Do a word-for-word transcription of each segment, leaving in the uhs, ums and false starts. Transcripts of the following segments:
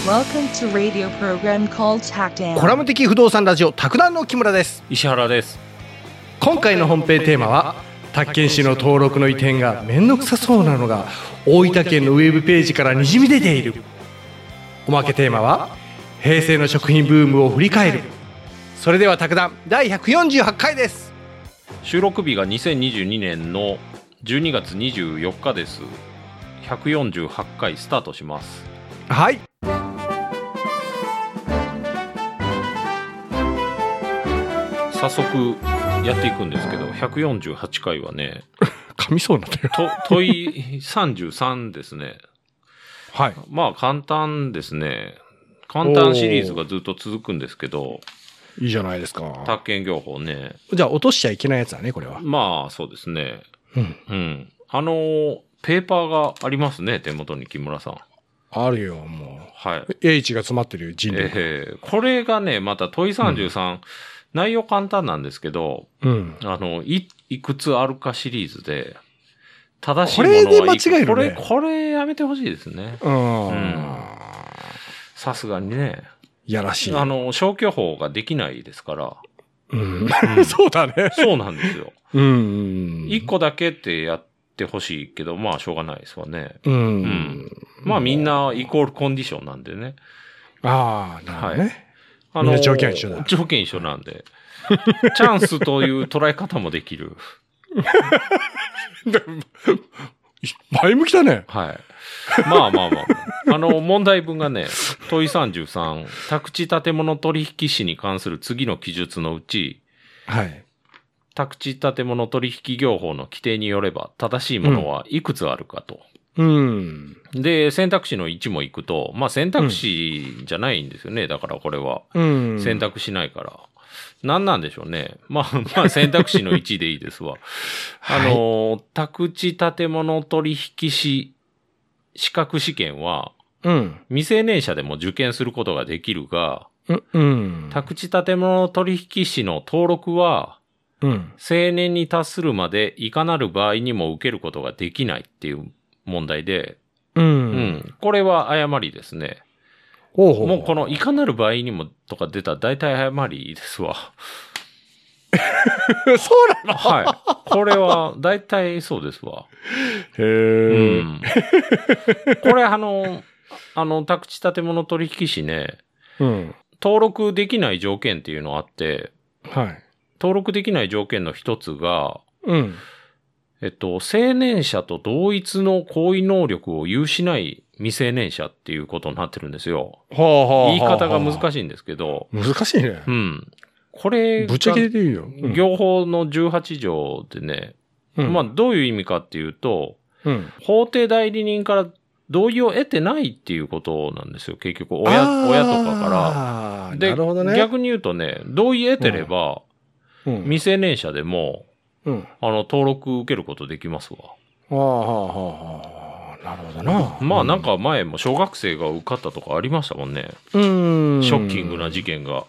Welcome to radio program called Tactan. コラム的不動産ラジオ卓談の木村です。 石原です。 今回の本編テーマは宅建士の登録の移転がめんどくさそうなのが大分県のウェブページからにじみ出ている。おまけテーマは平成の食品ブームを振り返る。それでは卓談だいひゃくよんじゅうはちかいです。 収録日がにせんにじゅうにねんのじゅうにがつにじゅうよっかです。ひゃくよんじゅうはちかいスタートします。 はい、 早速やっていくんですけど、ひゃくよんじゅうはちかいはね噛みそうになったよと問いさんじゅうさんですね。 はい、 まあ簡単ですね。簡単シリーズがずっと続くんですけど、 いいじゃないですか。 宅建業法ね。 じゃあ落としちゃいけないやつだね、これは。 まあそうですね。 うん、 うん、あのペーパーがありますね、手元に木村さん。 あるよ、もう。 はい。 H が詰まってるよ、人類。 えー、これがね、また問いさんじゅうさん、うん、内容簡単なんですけど、うん、あの、い、いくつあるかシリーズで、正しいものは、 これで間違えるね。 これ、これやめてほしいですね。うん。さすがにね。 いやらしい。 あの、消去法ができないですから。 うん。うん、そうだね。 そうなんですよ。 うん。 一個だけってやってほしいけど、まあ、しょうがないですわね。 うん。うん、 まあ、みんなイコールコンディションなんでね。 ああ、なるほどね。はい、 あのみんな条件一緒だ。 条件一緒なんで。チャンスという捉え方もできる。 前向きだね。 はい。まあまあまあ。あの、問題文がね、問いさんじゅうさん、宅地建物取引士に関する次の記述のうち、 はい。 宅地建物取引業法の規定によれば、正しいものはいくつあるかと。 うん。 で、選択肢のいちもいくと、まあ選択肢じゃないんですよね。だからこれは。うん、選択しないから。何なんでしょうね。まあ、まあ選択肢のいちでいいですわ。あの、はい、宅地建物取引士資格試験は、うん、未成年者でも受験することができるが、うんうん、宅地建物取引士の登録は、うん、成年に達するまでいかなる場合にも受けることができないっていう問題で、うんうん、これは誤りですね。ほうほうほう、もうこのいかなる場合にもとか出たら大体誤りですわ。 そうなの？ はい。これは大体そうですわ。 へー。 うん、これあの、あの、宅地建物取引士ね、うん、登録できない条件っていうのがあって、はい。登録できない条件の一つが、うん。えっと、成年者と同一の行為能力を有しない未成年者っていうことになってるんですよ。はあはあ、言い方が難しいんですけど。 難しいね。 うん。これ、 ぶっちゃけでいいよ。うん、 業法のじゅうはち条でね、うん、まあどういう意味かっていうと、うん、法定代理人から同意を得てないっていうことなんですよ。結局親、親とかから。で、なるほどね、逆に言うとね、同意得てれば、うん、未成年者でも、うん、あの、登録受けることできますわ。 はあはあはあ。なるほどな。 まあなんか前も小学生が受かったとかありましたもんね。うん。ショッキングな事件が。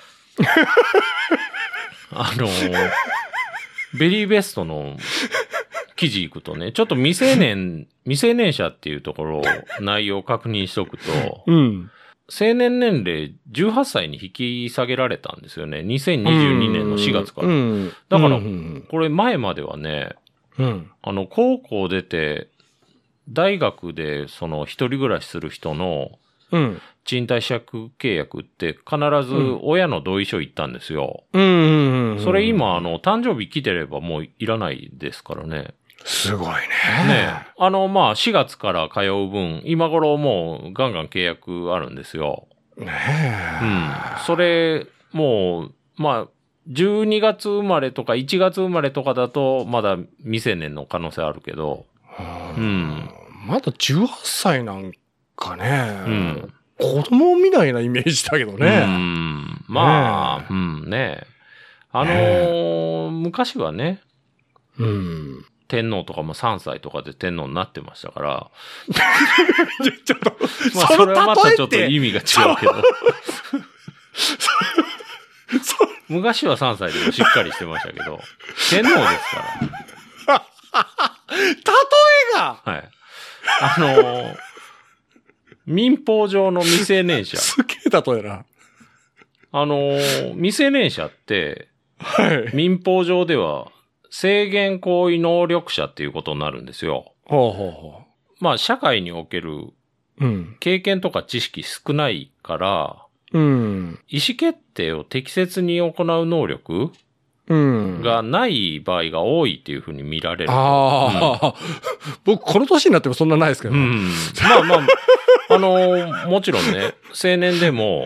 あのー、ベリーベストの記事行くとね、ちょっと未成年、未成年者っていうところ、内容を確認しとくと、うん、成年年齢じゅうはっさいに引き下げられたんですよね。にせんにじゅうにねんのしがつから。うん、だから、これ前まではね、うん、あの、高校出て、大学でその一人暮らしする人の、うん、賃貸借契約って必ず親の同意書行ったんですよ。うんうんうん、それ今、あの、誕生日来てればもういらないですからね。 すごいね。ねあの、まあ、しがつから通う分、今頃もうガンガン契約あるんですよ。ねえ。うん。それ、もう、まあ、じゅうにがつ生まれとかいちがつ生まれとかだと、まだ未成年の可能性あるけど。 うん。まだじゅうはっさいなんかね。うん。子供みたいなイメージだけどね。 うん。まあ、ね、うんね。あのー、昔はね。うん。天皇とかもさんさいとかで天皇になってましたから。 ちょっと、 まあそれはまたちょっと意味が違うけど。昔はさんさいでもしっかりしてましたけど、天皇ですから。 例えがはい。あのー、 民法上の未成年者。 すげえ例えな。 あのー、未成年者って、 はい。 民法上では制限行為能力者っていうことになるんですよ。 ほうほうほまあ、社会におけるう。うん。 経験とか知識少ないから、 うん。 意思決定を適切に行う能力うん。 がない場合が多いっていうふうに見られる。 ああ、うん、僕この年になってもそんなないですけど、ね。 うん。まあまあ、あのー、もちろんね、青年でも、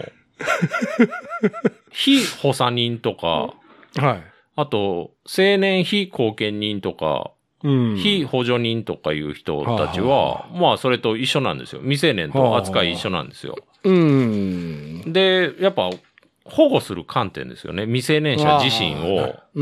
非補佐人とか、 はい。 あと、青年非後見人とか、うん、非補助人とかいう人たちは、まあそれと一緒なんですよ。未成年と扱い一緒なんですよ。 うん。 で、やっぱ保護する観点ですよね。未成年者自身を。 うん。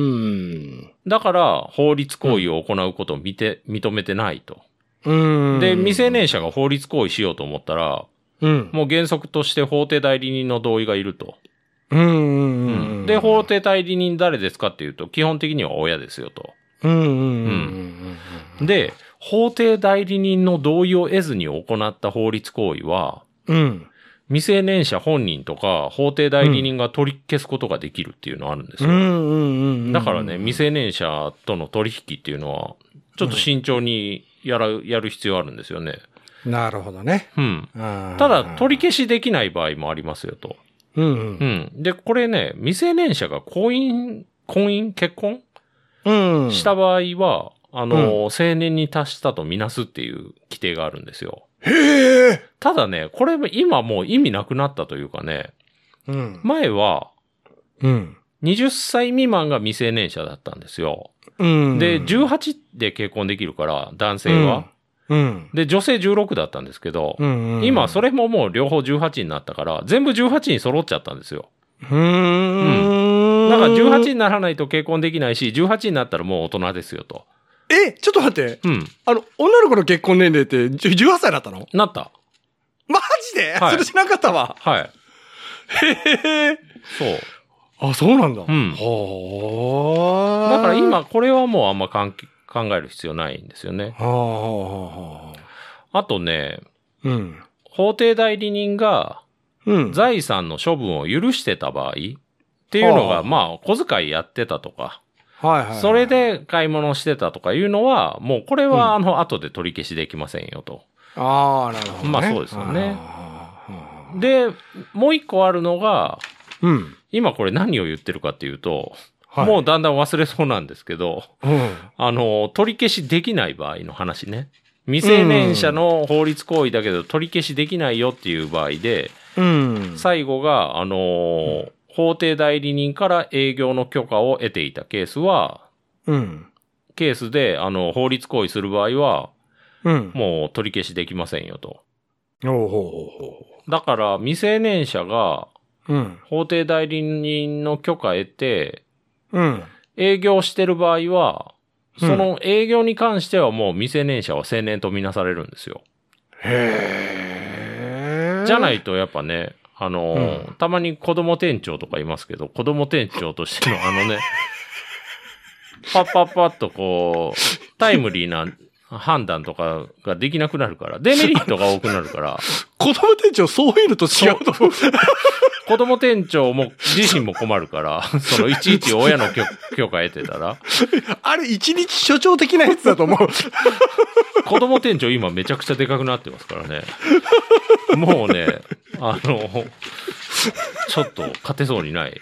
だから法律行為を行うことを見て、認めてないと。 うん。 で、未成年者が法律行為しようと思ったら、うん、もう原則として法定代理人の同意がいると。 うんうんうん、 で、法定代理人誰ですかっていうと、基本的には親ですよと。 うんうんうんうん、で、法定代理人の同意を得ずに行った法律行為は、うん、未成年者本人とか法定代理人が取り消すことができるっていうのがあるんですよ。だからね、未成年者との取引っていうのは、ちょっと慎重にやら、やる必要あるんですよね。 なるほどね。 うん。ただ、取り消しできない場合もありますよと。 うんうん。 うん。で、これね、未成年者が婚姻、婚姻、結婚うん。 した場合は、あの、うん、成年に達したとみなすっていう規定があるんですよ。 へえ。 ただね、これ今もう意味なくなったというかね、うん、前は、うん。はたち未満が未成年者だったんですよ。うん。で、じゅうはちで結婚できるから、男性は。うん。で、女性じゅうろくだったんですけど、うんうんうん、今それももう両方じゅうはちになったから、全部じゅうはちに揃っちゃったんですよ。 うーん。 うん。だからじゅうはちにならないと結婚できないし、じゅうはちになったらもう大人ですよと。 え、ちょっと待って。 うん。 あの、女の子の結婚年齢ってじゅうはっさいだったの？ なった。 マジで？はい、それ知らなかったわ。 はい。 へえ。 そう。 あ、そうなんだ。 うん。 はあ。 だから今これはもうあんま考える必要ないんですよね。 はあ、はあ。あとね、 うん。 法定代理人が、財産の処分を許してた場合っていうのが、うん、まあ、小遣いやってたとか、 はいはいはい、 それで買い物してたとかいうのは、もうこれはあの、後で取り消しできませんよと。 ああ、なるほど、ね。 まあそうですよね。で、もう一個あるのが、うん、今これ何を言ってるかっていうと、はい、もうだんだん忘れそうなんですけど、うん、あの、取り消しできない場合の話ね。未成年者の法律行為だけど取り消しできないよっていう場合で、うん、最後が、あのーうん、法定代理人から営業の許可を得ていたケースは、うん、ケースで、あの、法律行為する場合は、うん、もう取り消しできませんよと。 おうほうほう。 だから、未成年者が、法定代理人の許可を得て、うん、営業してる場合は、その営業に関してはもう未成年者は成年とみなされるんですよ。 へー。 じゃないとやっぱね、あのーうん、たまに子供店長とかいますけど、子供店長としてのあのね、パッパッパッとこう、タイムリーな判断とかができなくなるから、デメリットが多くなるから。 子供店長そういうのと違うと思う。 子供店長も自身も困るから、そのいちいち親の許可得てたら。 あれ一日所長的なやつだと思う。 子供店長今めちゃくちゃでかくなってますからね。もうね、あの、ちょっと勝てそうにない。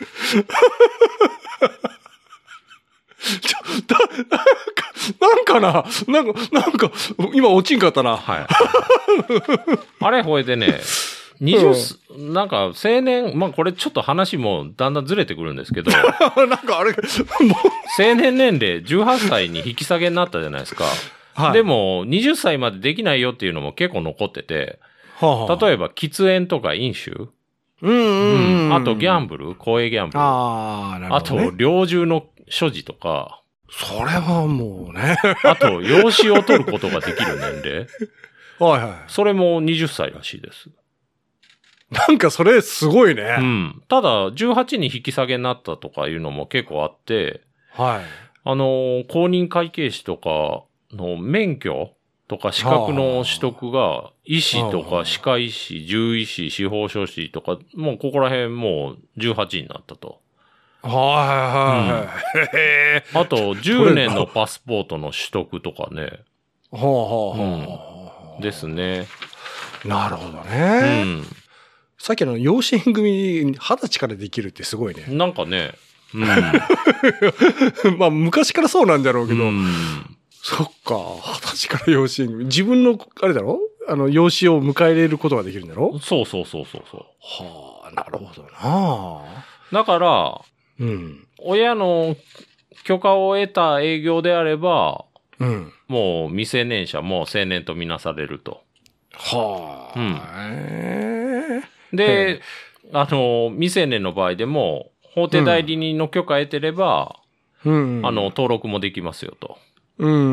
ちょだなんかななんか、なんか、今落ちんかったな。 はい。あれ、ほいでね、にじゅう、うん、なんか青年、まあこれちょっと話もだんだんずれてくるんですけど、 なんかあれ、もう成年年齢じゅうはっさいに引き下げになったじゃないですか。はい、でも、はたちまでできないよっていうのも結構残ってて、はあ、例えば喫煙とか飲酒、 うんうんうん、 あとギャンブル、公営ギャンブル、 あ, なるほどね、 あと猟銃の所持とか、 それはもうね。 あと、養子を取ることができる年齢。 はいはい。 それもはたちらしいです。 なんかそれすごいね。 うん。ただ、じゅうはちに引き下げになったとかいうのも結構あって、 はい。 あの、公認会計士とかの免許、 とか資格の取得が、医師とか歯科医師、獣医師、司法書士とか、もうここら辺もうじゅうはちになったと。 はいはいはい。 あと、じゅうねんのパスポートの取得とかね。 はあはあはあ。ですね。 なるほどね。 うん。 さっきの養子縁組二十歳からできるってすごいね。 なんかね。うん。 まあ昔からそうなんだろうけど。 うん、 そっか。二十歳から養子縁組。自分の、あれだろあの、養子を迎え入れることができるんだろそうそうそうそうそう。 はあ、なるほどな。 だから、 うん。 親の許可を得た営業であれば、 うん。 もう未成年者も青年とみなされると。 はあ。うん。 へで、あの、未成年の場合でも、法定代理人の許可を得てれば、うん、あの、登録もできますよと。 うん。うん、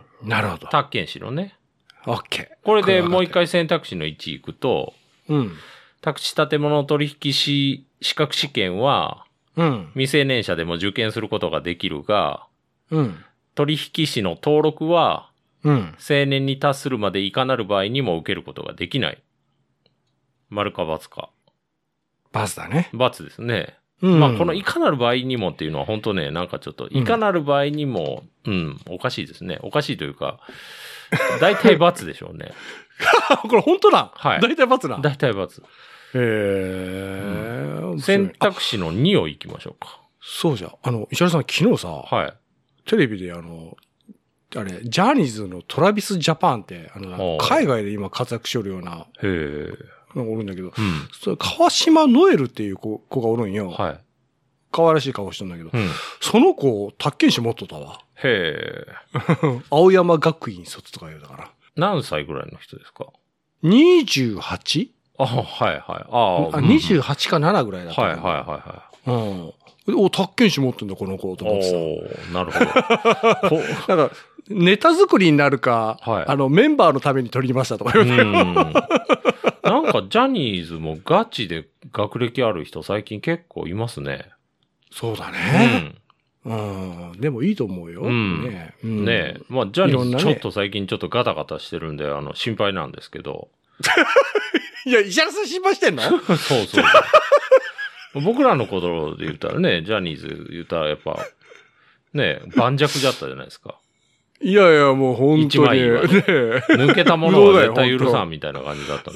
なるほど。 宅建士のね。 オッケー。 これでもう一回選択肢のいち行くと、 うん。 宅地建物取引士資格試験は、うん、未成年者でも受験することができるが、うん、取引士の登録は、うん、成年に達するまでいかなる場合にも受けることができない。丸か×か。 ×だね。 ×ですね。うん、まあ、このいかなる場合にもっていうのは本当ね、なんかちょっと、いかなる場合にも、うん、うん、おかしいですね。おかしいというか、大体×でしょうね。 これ本当だ。 はい。 大体×だ。 大体×。 へえ、 うん。選択肢のにを行きましょうか。 そうじゃ。あの、石原さん昨日さ、はい。テレビであの、あれ、ジャニーズのトラビスジャパンって、あの、海外で今活躍しよるような、へえ。おるんだけど、うん、それ川島ノエルっていう子子がおるんよ。はい。可愛らしい顔してるんだけど、うん、その子、宅建士持っとったわ。へえ。青山学院卒とか言うだから。 何歳ぐらいの人ですか ? にじゅうはち? あ、はいはい。ああ、にじゅうはちかななぐらいだった。 はいはいはいはい。 うん。お、宅建士持ってんだ、この子、と思ってさ。 おなるほど。 なんか、ネタ作りになるか、はい、あの、メンバーのために取りましたとか言うて。 なんか、ジャニーズもガチで学歴ある人最近結構いますね。 そうだね。うん。うん、でもいいと思うよ。うん、 ねえ。うん、ねえ。まあ、ジャニーズちょっと最近ちょっとガタガタしてるんで、あの、心配なんですけど。 いや、石原さん心配してんのそうそう。僕らの頃で言ったらね、ジャニーズ言ったらやっぱ、ねえ、盤石だったじゃないですか。 いやいや、もう本当に。一枚岩で。ね、 抜けたものは絶対許さんみたいな感じだったん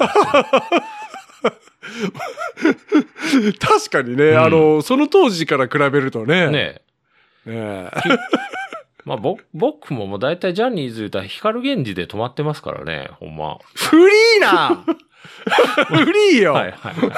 ですよ。 確かにね、うん、あの、その当時から比べるとね。 ねえ。ねえ。まあ、僕、僕ももう大体ジャニーズ言ったら光源氏で止まってますからね、ほんま。 フリーなフリーよはいはいはい。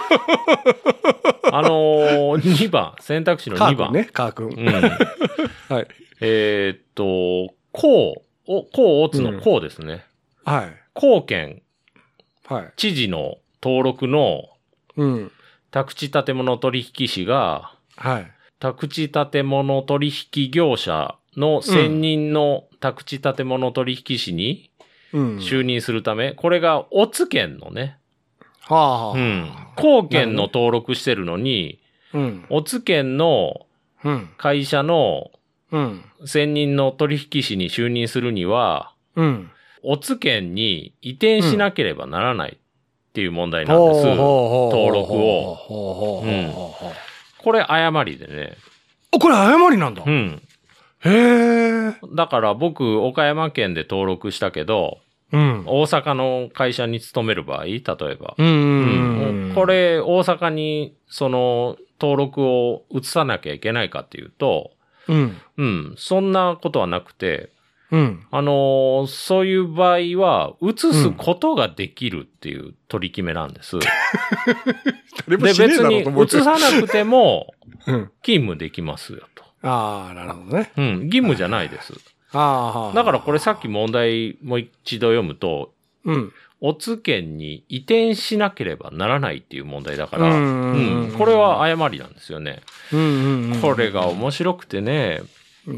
あのー、にばん、選択肢のにばん。 ね、カー君。うん。 はい。えー、っと、こう、お、こうおつのこうですね。 うん、はい。 公権。 はい。 知事の登録の、 うん。 宅地建物取引士が、 はい。 宅地建物取引業者の専任の宅地建物取引士に、うん、就任するため、これがおつ県のね。 はあ、はあ。 うん。公権の登録してるのに、うん。おつ県の会社の、うん。専任の取引士に就任するには、うん。おつ県に移転しなければならないっていう問題なんです。うん、登録を。うん。これ誤りでね。 あ、これ誤りなんだ。 うん。 へえ。 だから僕、岡山県で登録したけど、うん、大阪の会社に勤める場合、例えば。 うんうんうん、 これ、大阪に、その、登録を移さなきゃいけないかっていうと、 うん。 うん。そんなことはなくて、 うん。 あのー、そういう場合は、移すことができるっていう取り決めなんです。うん、 で、別に移さなくても、勤務できますよと。 ああ、なるほどね。 うん。義務じゃないです。 ああ。 だからこれさっき問題もう一度読むと、 うん。 おつ県に移転しなければならないっていう問題だから、うん、うん、これは誤りなんですよね。 うんうんうん、 これが面白くてね。 うん、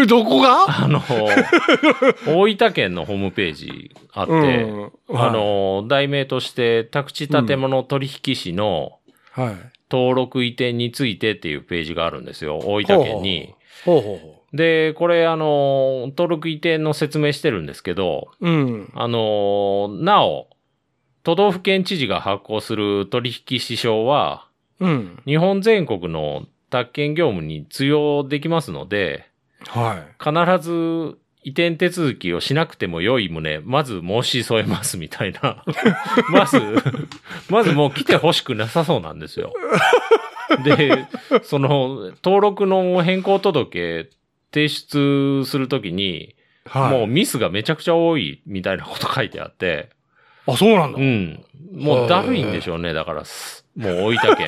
どこがあの、大分県のホームページあって、うんはい、あの、題名として宅地建物取引士の登録移転についてっていうページがあるんですよ。大分県に。 ほうほうほう。で、これ、あの、登録移転の説明してるんですけど、 う。うん。 あの、なお、都道府県知事が発行する取引指証は、 うん。 日本全国の宅建業務に通用できますので、 はい。 必ず移転手続きをしなくても良い旨、まず申し添えますみたいな。まず、まずもう来てほしくなさそうなんですよ。で、その、登録の変更届提出するときに、 はい。 もうミスがめちゃくちゃ多いみたいなこと書いてあって、 あ、そうなんだ。 うん。もうだるいんでしょうね、だから、もう大分県。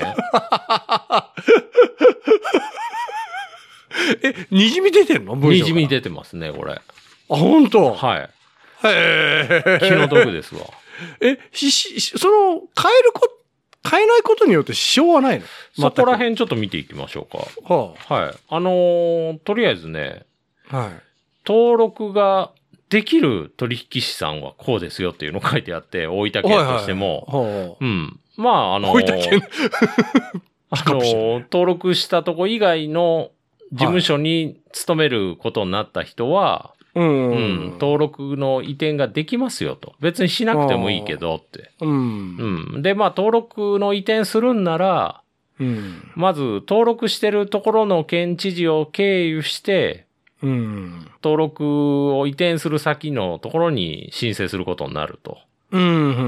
え、にじみ出てんの？ にじみ出てますね、これ。 あ、ほんと？ はい。 へえ。 気の毒ですわ。 え、し、し、その、変えるこ、変えないことによって支障はないの？ そこら辺ちょっと見ていきましょうか。 はあ、はい。あのー、とりあえずね、 はい。 登録ができる取引士さんはこうですよっていうの書いてあって、大分県としても。 はいはいはい、 うん。まあ、あのー、 大分県あのー、登録したとこ以外の事務所に勤めることになった人は、 うん、 うん、登録の移転ができますよと。別にしなくてもいいけどって。 うん。 うん。で、まあ、登録の移転するんなら、 うん、 まず、登録してるところの県知事を経由して、 うん、 登録を移転する先のところに申請することになると。 うん、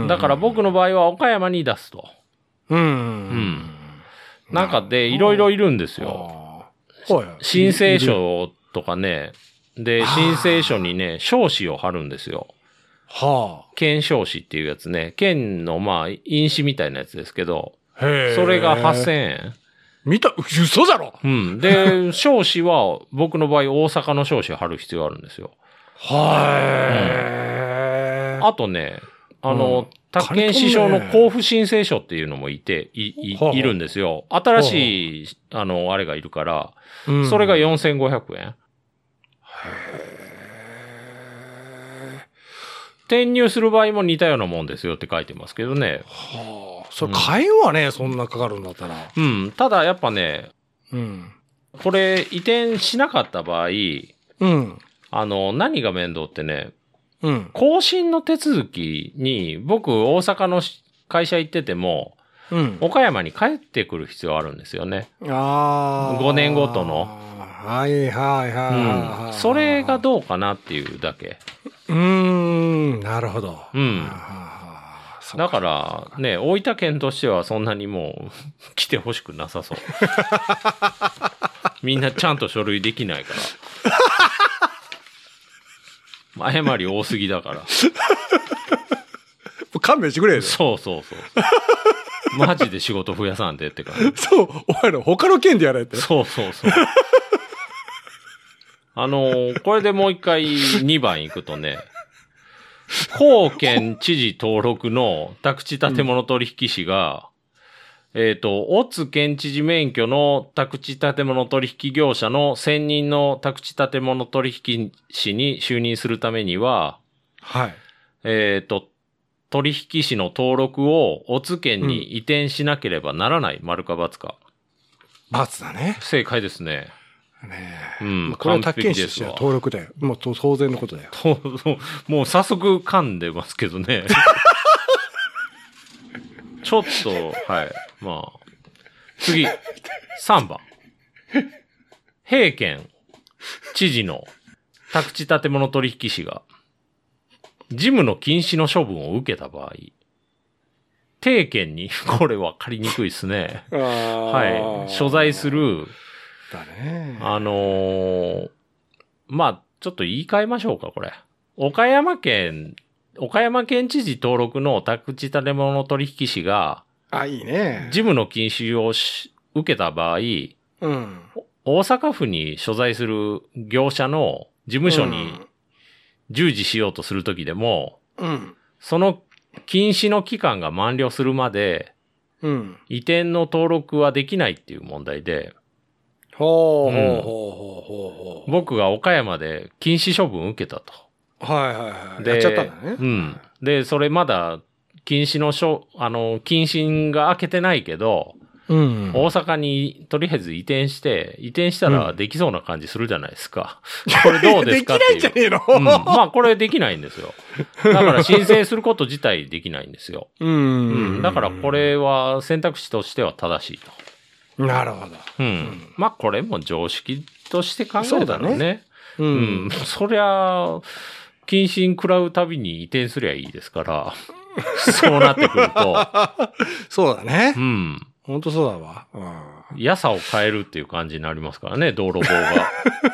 だから僕の場合は岡山に出すと。 うん。うんうんなんかで、いろいろいるんですよ。申請書とかね、で、申請書にね、証紙を貼るんですよ。 はあ。 県証紙っていうやつね。県のまあ、印紙みたいなやつですけど、 へそれがはっせんえん。 見た、嘘だろ。 うん。で、証紙は、僕の場合大阪の証紙を貼る必要があるんですよ。 はい、 うん。あとね、あの、うん宅建支証の交付申請書っていうのもいて、い、い、いるんですよ。新しい、あの、あれがいるから、うん、それがよんせんごひゃくえん。へ転入する場合も似たようなもんですよって書いてますけどね。 はあ。それ買えんわね、うん、そんなかかるんだったら。 うん。ただやっぱね、 うん。 これ移転しなかった場合、 うん。 あの、何が面倒ってね、 うん。 更新の手続きに、僕、大阪の会社行ってても、うん、岡山に帰ってくる必要あるんですよね。 ああ。 ごねんごとの。 はいはいはい、 うん。それがどうかなっていうだけ。 うーん、なるほど。 うん。だから、ね、大分県としてはそんなにもう来てほしくなさそう。みんなちゃんと書類できないから。誤り多すぎだから。 勘弁してくれよ。 そうそうそう。マジで仕事増やさんでって感じ。 そう、お前ら他の県でやれって。 そうそうそう。あのー、これでもう一回にばん行くとね、高県知事登録の宅地建物取引士が、うん、えっと、乙津県知事免許の宅地建物取引業者の専任の宅地建物取引士に就任するためには、 はい。 えっと、取引士の登録を乙津県に移転しなければならない、うん、丸か×か。 ×だね。 正解ですね。 ねえ。うん。 これは宅建士としては登録だよ。もう当然のことだよ。 もう早速噛んでますけどね。ちょっと、はい。まあ。次。さんばん。平県知事の宅地建物取引士が、事務の禁止の処分を受けた場合、定県に、これ分かりにくいですね。はい。所在する、 だね、 あのー、まあ、ちょっと言い換えましょうか、これ。岡山県、岡山県知事登録の宅地建物取引士が、 あ、いいね。 事務の禁止をし受けた場合、 うん、 大阪府に所在する業者の事務所に従事しようとするときでも、 うん、 その禁止の期間が満了するまで、 うん、 移転の登録はできないっていう問題で、 ほうほうほうほうほう。僕が岡山で禁止処分を受けたと。 はいはいはい。でやっちゃったんだね。 うん。で、それまだ禁止のしょ、あの、謹慎が明けてないけど、 うん、 大阪にとりあえず移転して、移転したらできそうな感じするじゃないですか。うん、これどうですかっていう。 できないんじゃねえの、 うん、まあこれできないんですよ。だから申請すること自体できないんですよ。 うん、 うん。だからこれは選択肢としては正しいと。 なるほど。 うん。うん、まあこれも常識として考えたらね。 ねうん、うん。そりゃ、謹慎食らうたびに移転すりゃいいですから、そうなってくると。 そうだね。 うん。 本当そうだわ。 うん。やさを変えるっていう感じになりますからね、道路法が。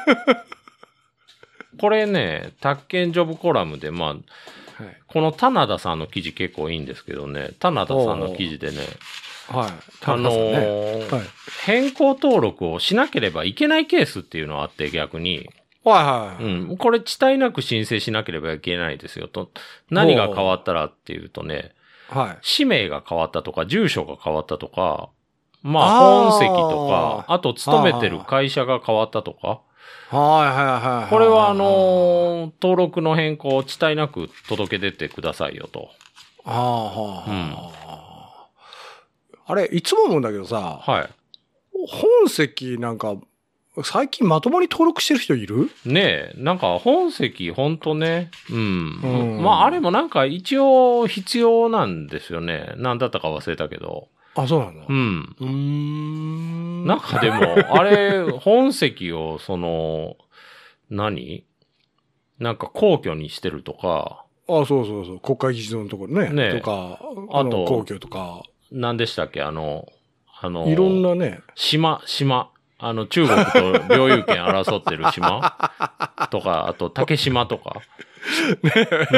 これね、宅建ジョブコラムで、まあ、はい、この棚田さんの記事結構いいんですけどね、棚田さんの記事でね、 はい。 あのーはい、変更登録をしなければいけないケースっていうのがあって、逆に。 はいはい。 うん。これ、遅滞なく申請しなければいけないですよと。何が変わったらっていうとね、はい。氏名が変わったとか、住所が変わったとか、まあ、本籍とか、あと、勤めてる会社が変わったとか。 はいはいはい。 これは、あのー、登録の変更を遅滞なく届け出てくださいよと。 ああ、はあ、うん。あれ、いつも思うんだけどさ、はい。本籍なんか、最近まともに登録してる人いる？ ねえ、なんか本籍ほんとね、うん。うん、まああれもなんか一応必要なんですよね。何だったか忘れたけど。 あ、そうなんだ。 うん。うーん。なんかでも、あれ、本籍をその、何？なんか皇居にしてるとか。 あ、そうそうそう。国会議事堂のところね。ねとか、あと、皇居とか。 何でしたっけあの、あの、 いろんなね。 島、島。あの、中国と領有権争ってる島とか、あと、竹島とか。ね、うん。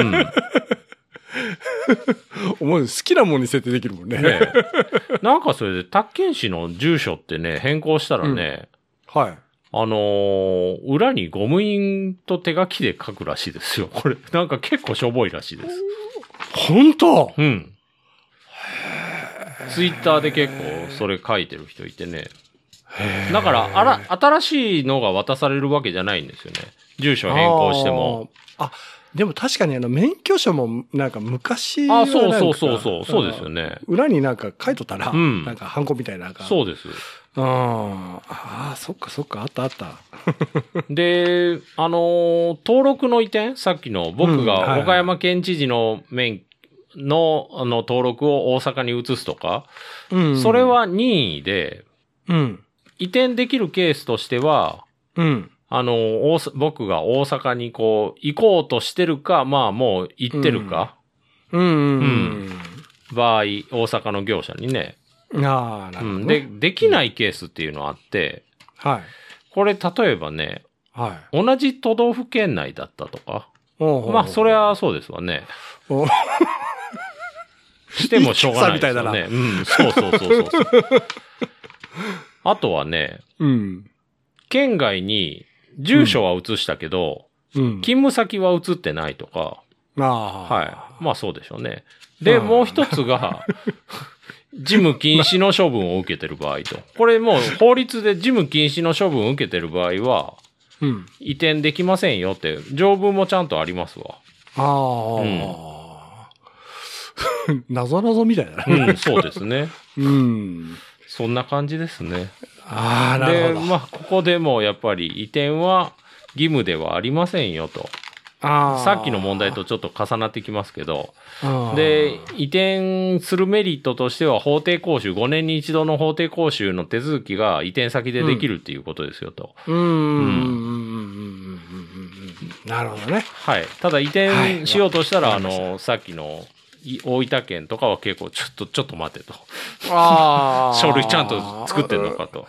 思う好きなものに設定できるもんね。 ねなんかそれで、宅建士の住所ってね、変更したらね、 うん、はい。 あのー、裏にゴム印と手書きで書くらしいですよ。これ、なんか結構しょぼいらしいです。 本当？ うん。ツイッターで結構それ書いてる人いてね。だから、あら、新しいのが渡されるわけじゃないんですよね。住所変更しても。 あ、でも確かにあの、免許証もなんか昔はなんか。あ、 そうそうそうそう、そうですよね。 裏になんか書いとったら、うん、なんかハンコみたいな。 そうです。 ああ、そっかそっか、あったあった。 で、あのー、登録の移転さっきの僕が岡山県知事の免の、あの、登録を大阪に移すとか、うん、それは任意で、うん。移転できるケースとしては、うん。あの、僕が大阪にこう、行こうとしてるか、まあもう行ってるか。うん。うん。うん、場合、大阪の業者にね。 ああ、なるほど、ね。うん。 で、できないケースっていうのがあって、うん、はい。これ、例えばね、はい。同じ都道府県内だったとか。おまあ、それはそうですわね。おしてもしょうがないですよね。うん。そうそうそうそうそう。あとはね、うん、県外に住所は移したけど、うん、勤務先は移ってないとか、あはい。まあそうでしょうね。で、もう一つが、事務禁止の処分を受けてる場合と。これもう法律で事務禁止の処分を受けてる場合は、うん、移転できませんよって、条文もちゃんとありますわ。ああ。 うん。なぞなぞみたいな。 うん、そうですね。うん。そんな感じですね。 ああ、なるほど。 で、まあ、ここでもやっぱり移転は義務ではありませんよと。あさっきの問題とちょっと重なってきますけど。で、移転するメリットとしては法定講習、ごねんに一度の法定講習の手続きが移転先でできるっていうことですよと。うん。うんなるほどね。 はい。ただ移転しようとしたら、はい、あの、さっきの大分県とかは結構ちょっと、ちょっと待てと。ああ。書類ちゃんと作ってんのかと。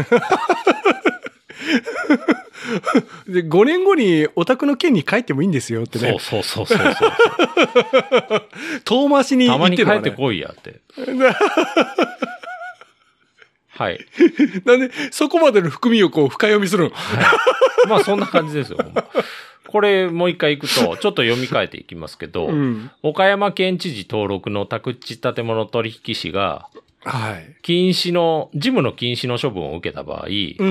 で、ごねんごにお宅の県に帰ってもいいんですよってね。 そうそうそうそうそう。 遠回しに行ってる、ね、たまに帰ってこいやって。はい。 なんで、そこまでの含みをこう深読みするの、 はい、まあそんな感じですよ。これもう一回行くと、ちょっと読み替えていきますけど、うん、岡山県知事登録の宅地建物取引士が、はい。禁止の、事務の禁止の処分を受けた場合、うん、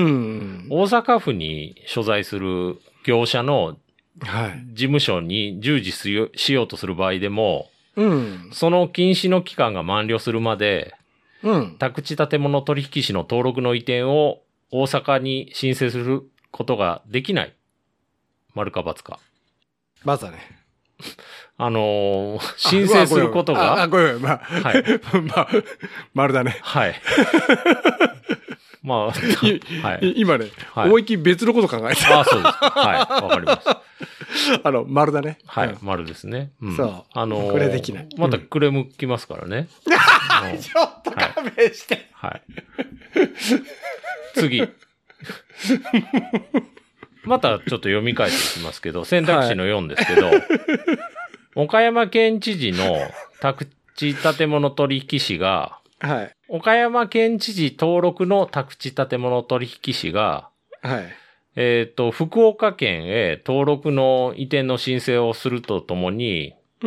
大阪府に所在する業者の事務所に従事しようとする場合でも、うん、その禁止の期間が満了するまで、 うん。 宅地建物取引士の登録の移転を大阪に申請することができない。丸か×か。 まずはね。 あのー、申請することが。 あ、ごめん、まあ、はい。まあ、丸だね。 はい。まあ、はい、 今ね、はい、思いっきり別のこと考えてた。あ、そうです。はい、わかります。 あの、丸だね。 はい、うん、丸ですね。 うん、そう。 あのー、 これできない。 またクレーム来ますからね。 うん、ちょっと勘弁して。 はい。はい、次。またちょっと読み替えていきますけど、選択肢のよんですけど、はい、岡山県知事の宅地建物取引士が、 はい。 岡山県知事登録の宅地建物取引士が、 はい。 えっと、福岡県へ登録の移転の申請をするとともに、 うん。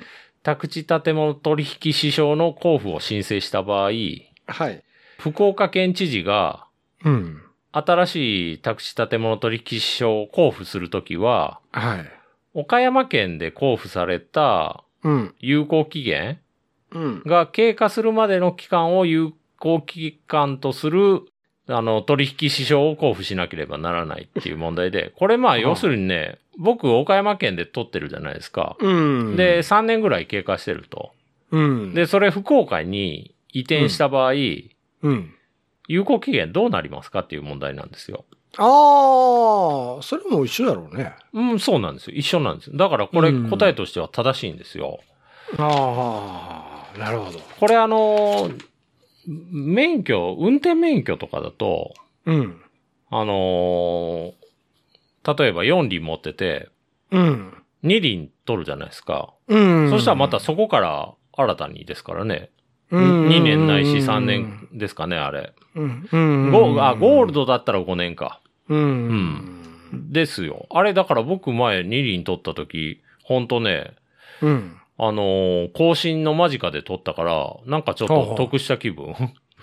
宅地建物取引士証の交付を申請した場合、はい。福岡県知事が、 うん。 新しい宅地建物取引士証を交付するときは、 はい。 岡山県で交付された、有効期限、うん、が経過するまでの期間を有効期間とする、あの、取引士証を交付しなければならないっていう問題で、これまあ要するにね、僕岡山県で取ってるじゃないですか。 うん、 で、さんねんぐらい経過してると。 うん、 で、それ福岡に移転した場合、 うんうん、 有効期限どうなりますかっていう問題なんですよ。 ああ、それも一緒だろうね。 うん、そうなんですよ。一緒なんですよ。だからこれ答えとしては正しいんですよ。 ああ、なるほど。 これあの、免許、運転免許とかだと、 うん。 あのー、例えばよん輪持ってて、 うん。 に輪取るじゃないですか。 うん。 そしたらまたそこから新たにですからね。 うん。 にねんないしさんねんですかね、あれ。 うん。うん。 ゴあ、ゴールドだったらごねんか。 うん。うん。ですよ。あれだから僕前に輪取った時、ほんとね、 うん。 あのー、更新の間近で撮ったから、なんかちょっと得した気分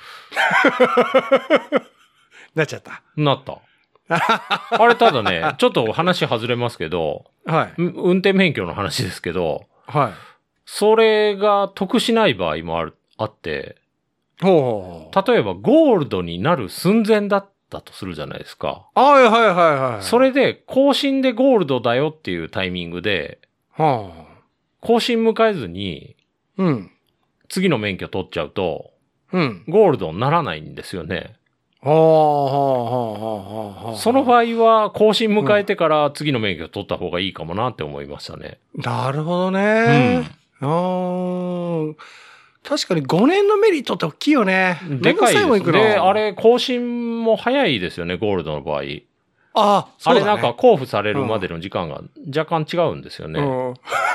なっちゃった。 なった。あれただね、ちょっと話外れますけど、 はい。 運転免許の話ですけど、 はい。 それが得しない場合もある、あって、 ほう。 例えばゴールドになる寸前だったとするじゃないですか。 はいはいはいはい。 それで更新でゴールドだよっていうタイミングで、 はあ。 更新迎えずに、 うん。 次の免許取っちゃうと、 うん。 ゴールドにならないんですよね。 はあ、はあ、はあ、はあ。 その場合は、更新迎えてから次の免許取った方がいいかもなって思いましたね。 うん、なるほどね。うん。ああ。確かにごねんのメリットって大きいよね。 でかいです。で、あれ、更新も早いですよね、ゴールドの場合。 ああ、そうだね。 あれなんか交付されるまでの時間が若干違うんですよね。 うん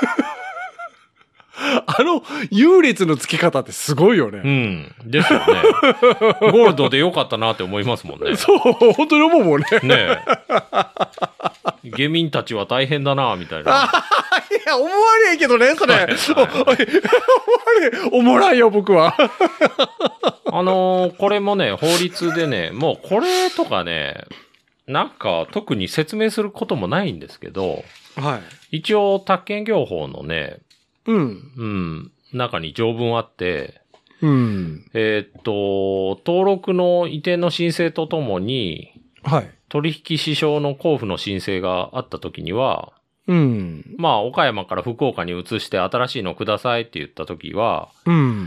あの優劣の付け方ってすごいよね。 うん。ですよね。ゴールドでよかったなって思いますもんね。 そう、本当に思うもんね。 ねえ。下民たちは大変だなみたいな。いや、思わねえけどね、それ。はいはい、思わねえ。思わないよ、僕は。 あのー、これもね、法律でね、もうこれとかね、なんか特に説明することもないんですけど、 はい。 一応、宅建業法のね、 うん。 うん。中に条文あって、 うん。 えー、っと、登録の移転の申請とともに、 はい。 取引士証の交付の申請があったときには、 うん。 まあ、岡山から福岡に移して新しいのくださいって言ったときは、 うん。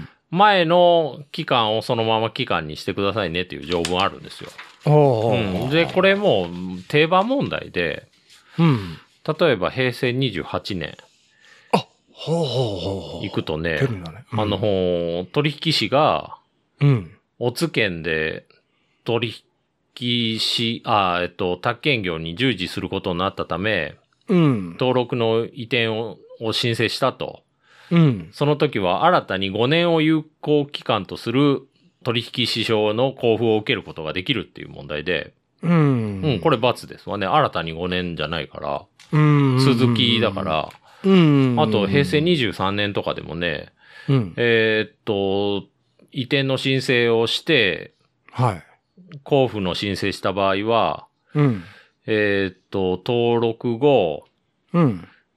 前の期間をそのまま期間にしてくださいねっていう条文あるんですよ。 おーうん、で、これも定番問題で、 うん。 例えば平成にじゅうはちねん、 ほうほうほうほう。 行くとね、 ねうん、 あの、取引士が、 うん。 おつ県で取引士、あ、えっと、宅建業に従事することになったため、 うん。 登録の移転をを申請したと。 うん。 その時は新たにごねんを有効期間とする取引士証の交付を受けることができるっていう問題で、 うん。 うん、これ×ですわね。新たにごねんじゃないから、 うん。 続きだから、 うん。 あと、平成にじゅうさんねんとかでもね、 うん、 えー、っと、移転の申請をして、 はい。 交付の申請した場合は、 うん。 えー、っと、登録後、 うん。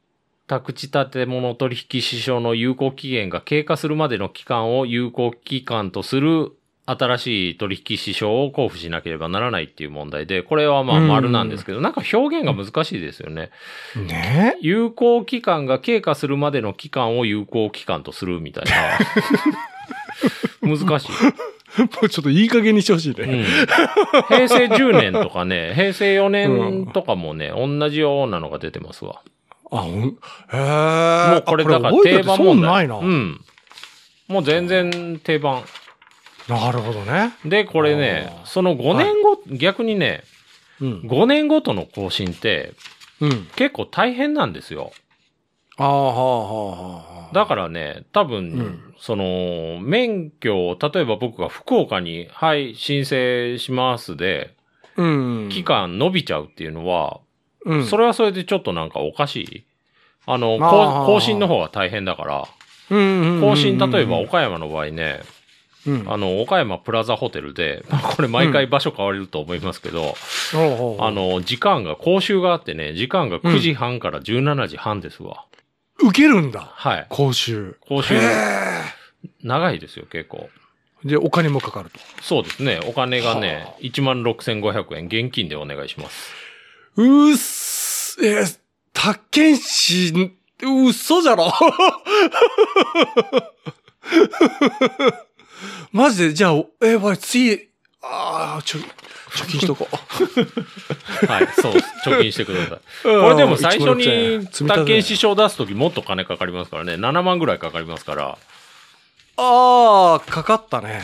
宅地建物取引支証の有効期限が経過するまでの期間を有効期間とする新しい取引支証を交付しなければならないっていう問題で、これはまあ丸なんですけど、うん、なんか表現が難しいですよね。 ね、 有効期間が経過するまでの期間を有効期間とするみたいな。難しい。 もうちょっといい加減にしてほしいね。うん、 平成じゅうねんとかね、平成よねんとかもね、うん、同じようなのが出てますわ。 あ、ほん、へー。 もうこれだから定番問題。 ないな。 うん。もう全然定番。 なるほどね。 で、これね、そのごねんご、はい、逆にね、うん、ごねんごとの更新って、うん、結構大変なんですよ。 ああ、はあ、はあ、はあ。 だからね、多分、うん、その、免許を、例えば僕が福岡に、はい、申請しますで、うん、期間伸びちゃうっていうのは、うん、それはそれでちょっとなんかおかしい。あの、更新の方が大変だから、更新、例えば岡山の場合ね、うん、あの、岡山プラザホテルで、これ毎回場所変われると思いますけど、うん、あの、時間が、講習があってね、時間がくじはんからじゅうしちじはんですわ。 受けるんだ。 はい。 講習。 講習。長いですよ、結構。 で、お金もかかると。 そうですね。お金がね、いちまんろくせんごひゃくえん、現金でお願いします。 うっす、えー、宅建士、うっそじゃろマジで、じゃあ、えー、わ、次、ああ、ちょ、貯金しとこう。 はい、そう、貯金してください。これでも最初に宅建支証出すときもっと金かかりますからね。ななまんぐらいかかりますから。 ああ、かかったね。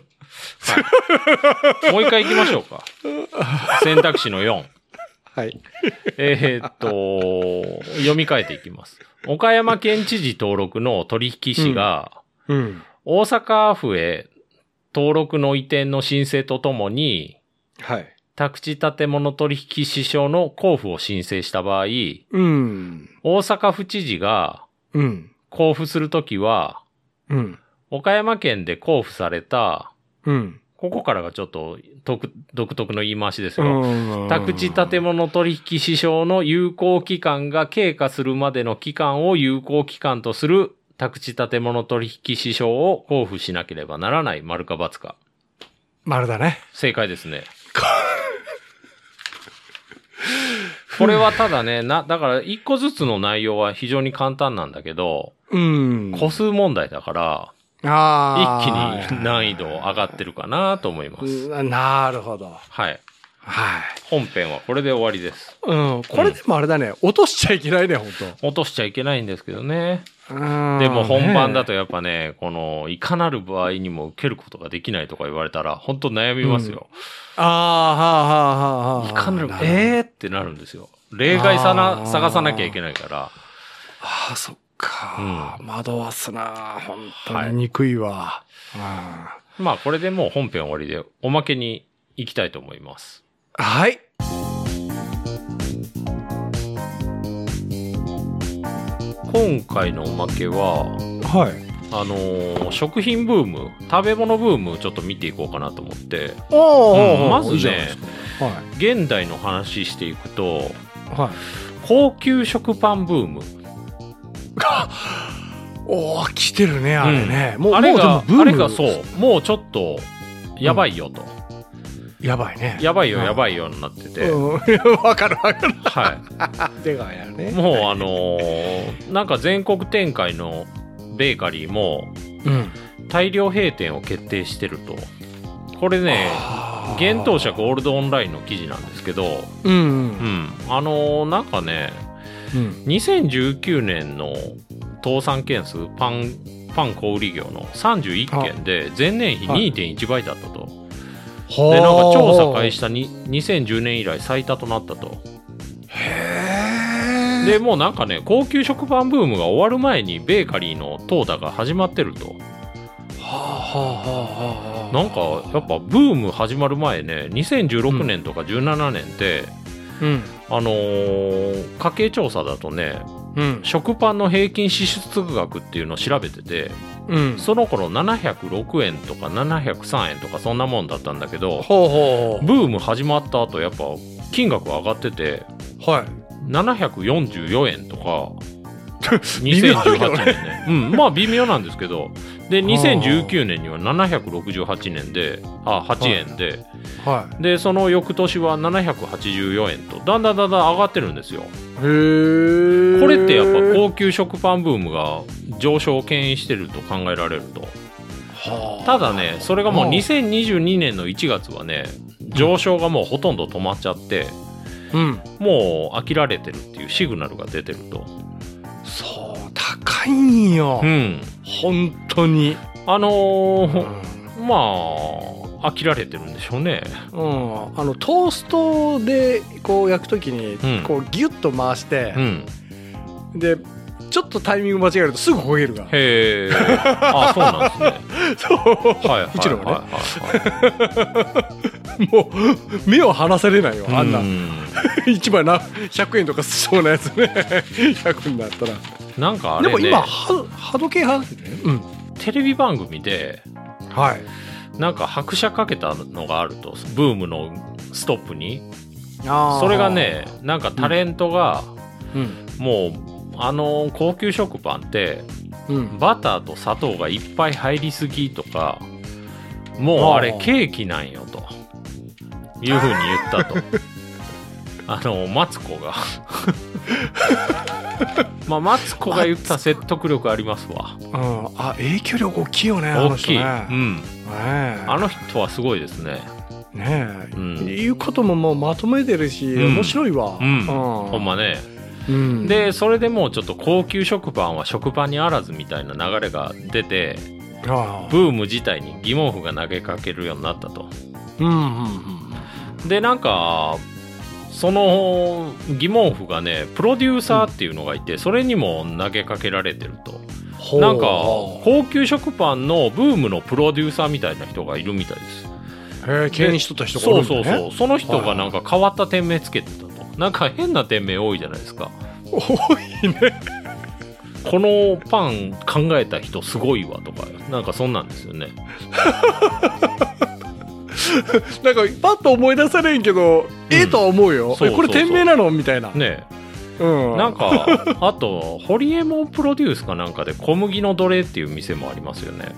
はい、もう一回行きましょうか。選択肢のよん。 はい。 えーっと、読み替えていきます。岡山県知事登録の取引士が、うんうん、大阪府へ登録の移転の申請とともに、はい。宅地建物取引支証の交付を申請した場合、うん。大阪府知事が、うん。交付するときは、うん。岡山県で交付された、うん。ここからがちょっと独特の言い回しですよ。宅地建物取引支証の有効期間が経過するまでの期間を有効期間とする宅地建物取引支証を交付しなければならない。丸か×か。 丸だね。 正解ですね。これはただね、な、だから一個ずつの内容は非常に簡単なんだけど、うん。個数問題だから、あ一気に難易度上がってるかなと思います。 なるほど。 はい。はい。本編はこれで終わりです。 うん。これでもあれだね、うん、落としちゃいけないね、本当。 落としちゃいけないんですけどね。でも本番だとやっぱね、この、いかなる場合にも受けることができないとか言われたら、本当悩みますよ。 うん、ああ、はあ、はあ、はあ。 いかなる、えーってなるんですよ。例外さな、探さなきゃいけないから。 ああ、そっか、うん。惑わすな、本当に憎いわ。はい、 まあ、これでもう本編終わりで、おまけに行きたいと思います。 はい。 今回のおまけは、はい。あのー、食品ブーム、食べ物ブームちょっと見ていこうかなと思って。うん、まずね、はい、現代の話していくと、はい、高級食パンブーム。 おー、来てるね、あれね。 うん、もう、あれが、もうあれがそう、もうちょっと、やばいよと。 うん、やばいね。 やばいよ、やばいよになってて。 わ、うん、かるわかる。 はい。 でかいやね。 もうあのー、なんか全国展開のベーカリーも、うん、大量閉店を決定してると。これね、幻冬舎ゴールドオンラインの記事なんですけど、うん、うん、あのー、なんかね、うん、にせんじゅうきゅうねんの倒産件数パンパン小売業のさんじゅういっけんで前年比 にてんいち 倍だったと。でなんか調査開始したににせんじゅうねん以来最多となったと。へー。でもうなんかね高級食パンブームが終わる前にベーカリーの淘汰が始まってると。はあはあはあ、なんかやっぱブーム始まる前ねにせんじゅうろくねんとかじゅうななねんって、うん、あのー、家計調査だとね、うん、食パンの平均支出額っていうのを調べてて、うん、その頃ななひゃくろくえんとかななひゃくさんえんとかそんなもんだったんだけど、ほうほう、ブーム始まった後やっぱ金額上がってて、はい、ななひゃくよんじゅうよえんとかにせんじゅうはちねんね、うん、まあ微妙なんですけど、でにせんじゅうきゅうねんにはななひゃくろくじゅうはちねんであはちえんで、はい、でその翌年はななひゃくはちじゅうよえんとだんだんだんだん上がってるんですよ。 へー。 これってやっぱ高級食パンブームが上昇を牽引してると考えられると。はあ、ただねそれがもうにせんにじゅうにねんのいちがつはね上昇がもうほとんど止まっちゃって、うん、もう飽きられてるっていうシグナルが出てると。 そう高いんよ、うん、本当にあのーうん、まあ飽きられてるんでしょうね、 うん、あのトーストでこう焼くときにこうギュッと回して、うん、でちょっとタイミング間違えるとすぐ焦げるが。 へー。あ、そうなんですね。 そう。はいはいはい、はい、うちのはね。もう目を離されないよあんな。一枚なひゃくえんとかそうなやつね。ひゃくえんだったら。 なんかあれね。 でも今は波動系派ですね。うん。 テレビ番組で、はい。なんか拍車かけたのがあるとブームのストップに。あそれがねなんかタレントが、うんうん、もうあの高級食パンって、うん、バターと砂糖がいっぱい入りすぎとかもうあれケーキなんよというふうに言ったとあのマツコがまあマツコが言った説得力ありますわ、 うん、あ影響力大きいよね。 大きい、あの人ね、うん、ね、あの人はすごいですね。 ねえ、うん、いうことももうまとめてるし、うん、面白いわ、 うんうん、ほんまね、うん、でそれでもうちょっと高級食パンは食パンにあらずみたいな流れが出てあブーム自体に疑問符が投げかけるようになったと、うんうんうん、でなんかその疑問符がねプロデューサーっていうのがいて、うん、それにも投げかけられてると。なんか高級食パンのブームのプロデューサーみたいな人がいるみたいです。 へえ、牽引しとった人がおるんだね。 そうそうそう、その人がなんか変わった店名つけてたと。なんか変な店名多いじゃないですか。 多いね。 このパン考えた人すごいわとか、なんかそんなんですよね。 なんかパッと思い出されんけど、うん、ええとは思うよ。そうそうそう、これ店名なのみたいな。ね。うん、 なんかあとホリエモンプロデュースかなんかで小麦の奴隷っていう店もありますよね。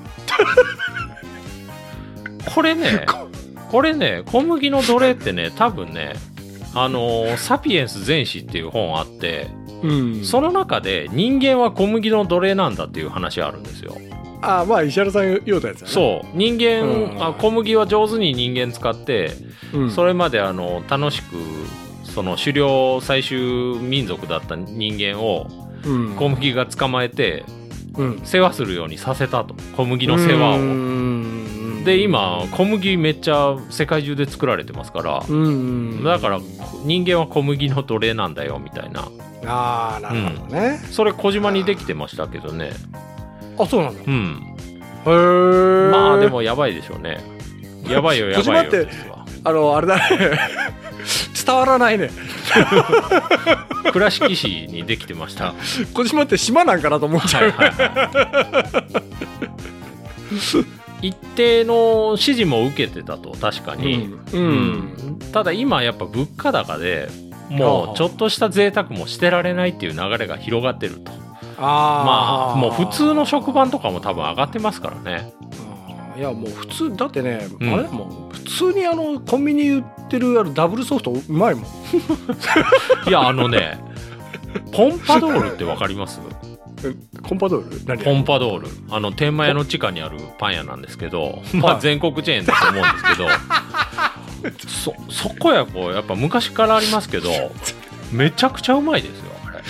これねこれね小麦の奴隷ってね多分ねあのー、サピエンス全史っていう本あって、うん、その中で人間は小麦の奴隷なんだっていう話あるんですよ。 ああ、まあ石原さん言うたやつだね。 そう人間、うん、あ小麦は上手に人間使って、うん、それまであの楽しくその狩猟採集民族だった人間を小麦が捕まえて世話するようにさせたと。小麦の世話をで今小麦めっちゃ世界中で作られてますから、だから人間は小麦の奴隷なんだよみたいな。 ああ、なるほどね、 うん、それ小島にできてましたけどね。 あ、そうなんだ。 うん。へえ。まあでもやばいでしょうね。やばいよやばいよ。小島ってあのあれだね。伝わらないね。 倉敷市にできてました。 小島って島なんかなと思っちゃう、はいはいはい、 一定の支持も受けてたと確かに、うんうんうん、ただ今やっぱ物価高でもうちょっとした贅沢もしてられないっていう流れが広がってると。あ、まあもう普通の食パンとかも多分上がってますからね。 いやもう普通だってね、うん、あれもう普通にあのコンビニ売ってるあのダブルソフトうまいもん。 いやあのねポンパドールってわかります？ コンパドール？何？ ポンパドール、あの天満屋の地下にあるパン屋なんですけど、まあ全国チェーンだと思うんですけどそ, そこやこうやっぱ昔からありますけどめちゃくちゃうまいですよあれ。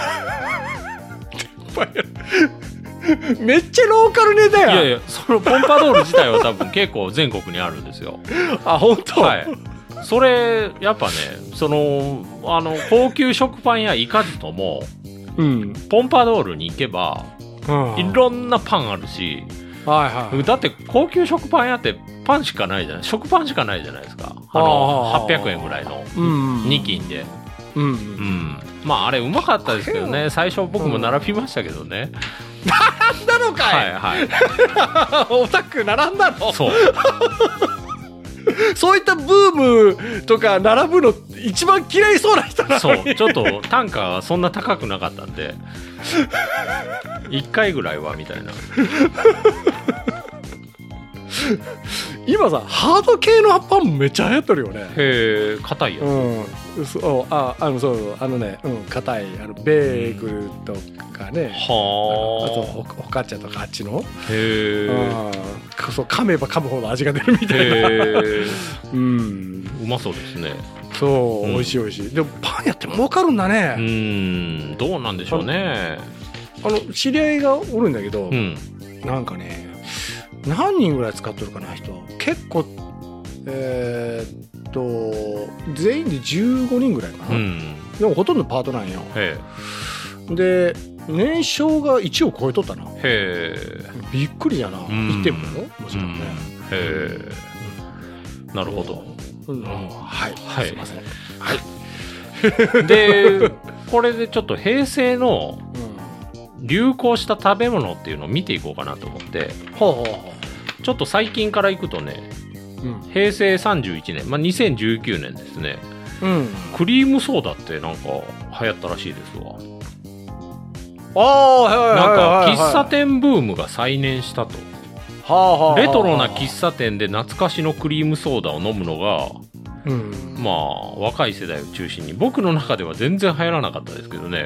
めっちゃローカルネタやん。 いやいやそのポンパドール自体は多分結構全国にあるんですよ。 あ、本当？ はい。それやっぱねそのあの高級食パン屋行かずとも、うん、ポンパドールに行けば、うん、いろんなパンあるし、はいはい、だって高級食パン屋ってパンしかないじゃない食パンしかないじゃないですか。あのはっぴゃくえんぐらいのに斤で、うんうんうん、まああれうまかったですけどね。最初僕も並びましたけどね、 うん、並んだのかい。はいはい。オタク並んだの。そう。そういったブームとか並ぶの一番嫌いそうな人なのに。 そうちょっと単価はそんな高くなかったんでいっかいぐらいはみたいな。 今さハード系のパンめっちゃ流行ってるよね。 へえ硬いやつ、 うん、そうああのそうあのねうん硬いあのベーグルとかね、 はあとホホカッチャとかあっちのへえそう噛めば噛むほど味が出るみたいな。 へうんうまそうですね。 そう、 うん、 美味しい美味しい。でもパン屋って儲かるんだね。 うんどうなんでしょうね。 あの知り合いがおるんだけど、 うん、 なんかね何人ぐらい使っとるかな人結構えー、っと全員でじゅうごにんぐらいかな、うん、でもほとんどパートなんよ。 へで年商がいちおく超えとったな。 へびっくりやな。いってんももちろんね。 へえなるほど、 うん、はい、はい、すいません。 はいでこれでちょっと平成の流行した食べ物っていうのを見ていこうかなと思って、 ほうほうほうちょっと最近からいくとね、うん、平成さんじゅういちねん、まあ、にせんじゅうきゅうねんですね、うん、クリームソーダってなんか流行ったらしいですわ。 ああ、はいはいはいはい、 なんか喫茶店ブームが再燃したと、はあはあ、レトロな喫茶店で懐かしのクリームソーダを飲むのが、うん、まあ若い世代を中心に僕の中では全然流行らなかったですけどね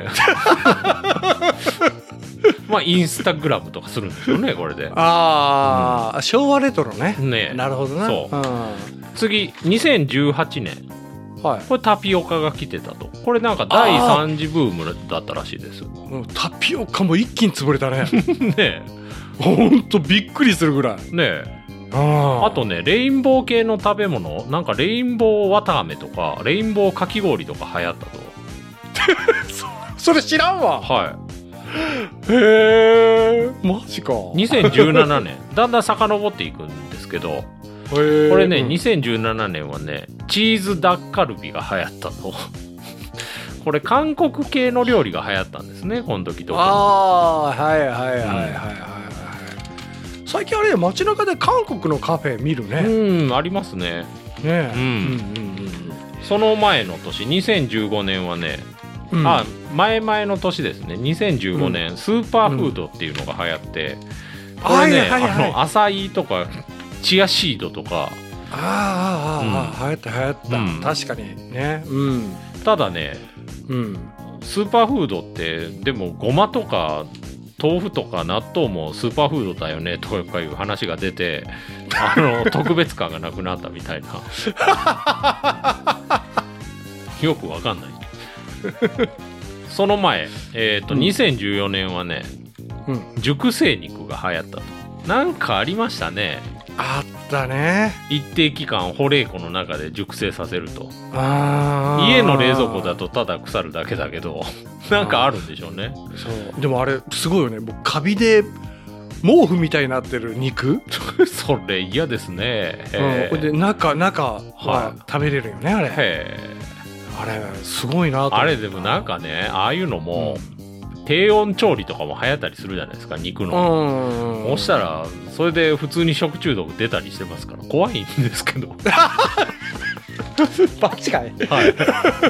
まあインスタグラムとかするんですよねこれで。 ああ、うん、昭和レトロね。 ねなるほどな。 そう、うん、次にせんじゅうはちねん、はい、これタピオカが来てたと。これなんかだいさん次ブームだったらしいです。 タピオカも一気に潰れたねねえほんとびっくりするぐらいねえ。あ, あとねレインボー系の食べ物なんかレインボーわたあめとかレインボーかき氷とか流行ったとそ, それ知らんわ。 はいへえマジか。 にせんじゅうななねんだんだん遡っていくんですけどこれね、うん、にせんじゅうななねんはねチーズダッカルビが流行ったとこれ韓国系の料理が流行ったんですねこの時とか。 ああはいはいはいはいはい、うん、最近あれ街中で韓国のカフェ見るね。 うんありますね。ね、うんうんうんうん、その前の年にせんじゅうごねんはね、うん、あ前々の年ですねにせんじゅうごねん、うん、スーパーフードっていうのが流行って、うん、これね、はいはいはい、あのアサイとかチアシードとかああ、うん、ああ流行った流行った、うん、確かにね、うん、 ただね、うん、スーパーフードってでもごまとか豆腐とか納豆もスーパーフードだよねとかいう話が出てあの特別感がなくなったみたいなよくわかんないその前、えーとうん、にせんじゅうよねんはね、うん、熟成肉が流行ったと。なんかありましたね。 あったね。 一定期間保冷庫の中で熟成させると。あ家の冷蔵庫だとただ腐るだけだけどなんかあるんでしょうね。 そうでもあれすごいよね。もうカビで毛布みたいになってる肉それ嫌ですね。 うん、で中中は食べれるよねあれ。へあれすごいなと思って。 あれでもなんかねああいうのも、うん低温調理とかも流行ったりするじゃないですか肉の。そしたらそれで普通に食中毒出たりしてますから怖いんですけどバチかい、はい、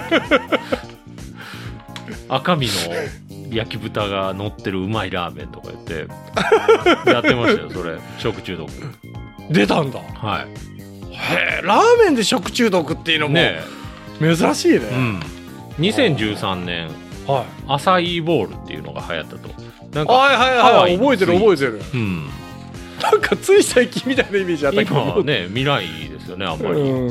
赤身の焼き豚が乗ってるうまいラーメンとか言ってやってましたよそれ食中毒出たんだ。 はい。 へえラーメンで食中毒っていうのも、ね、珍しいね、うん、 にせんじゅうさんねんはい、アサイーボールっていうのが流行ったと。 なんかはいはいはい覚えてる覚えてる、うん、なんかつい最近みたいなイメージあったけど今はね未来ですよねあんまり。うん、うん、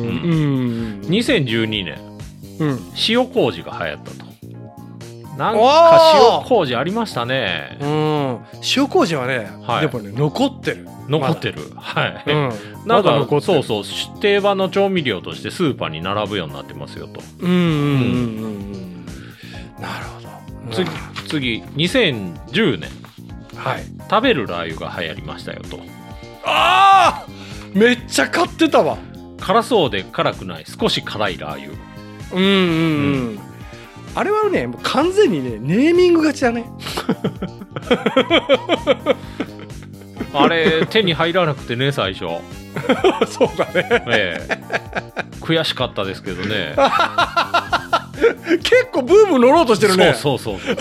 にせんじゅうにねん、うん、塩麹が流行ったと。なんか塩麹ありましたね。 うん、塩麹はね、はい、でもね残ってる残ってる、ま、はい、うん、なんか、ま、そうそう定番の調味料としてスーパーに並ぶようになってますよと。うんうんうんうんなるほど。 次次にせんじゅうねん、はい、食べるラー油が流行りましたよと。 あーめっちゃ買ってたわ。 辛そうで辛くない少し辛いラー油。 うんうんうん、うん、あれはねもう完全にねネーミング勝ちだねあれ手に入らなくてね最初。 そうだね、 ええ、悔しかったですけどね結構ブーム乗ろうとしてるね。 そうそうそう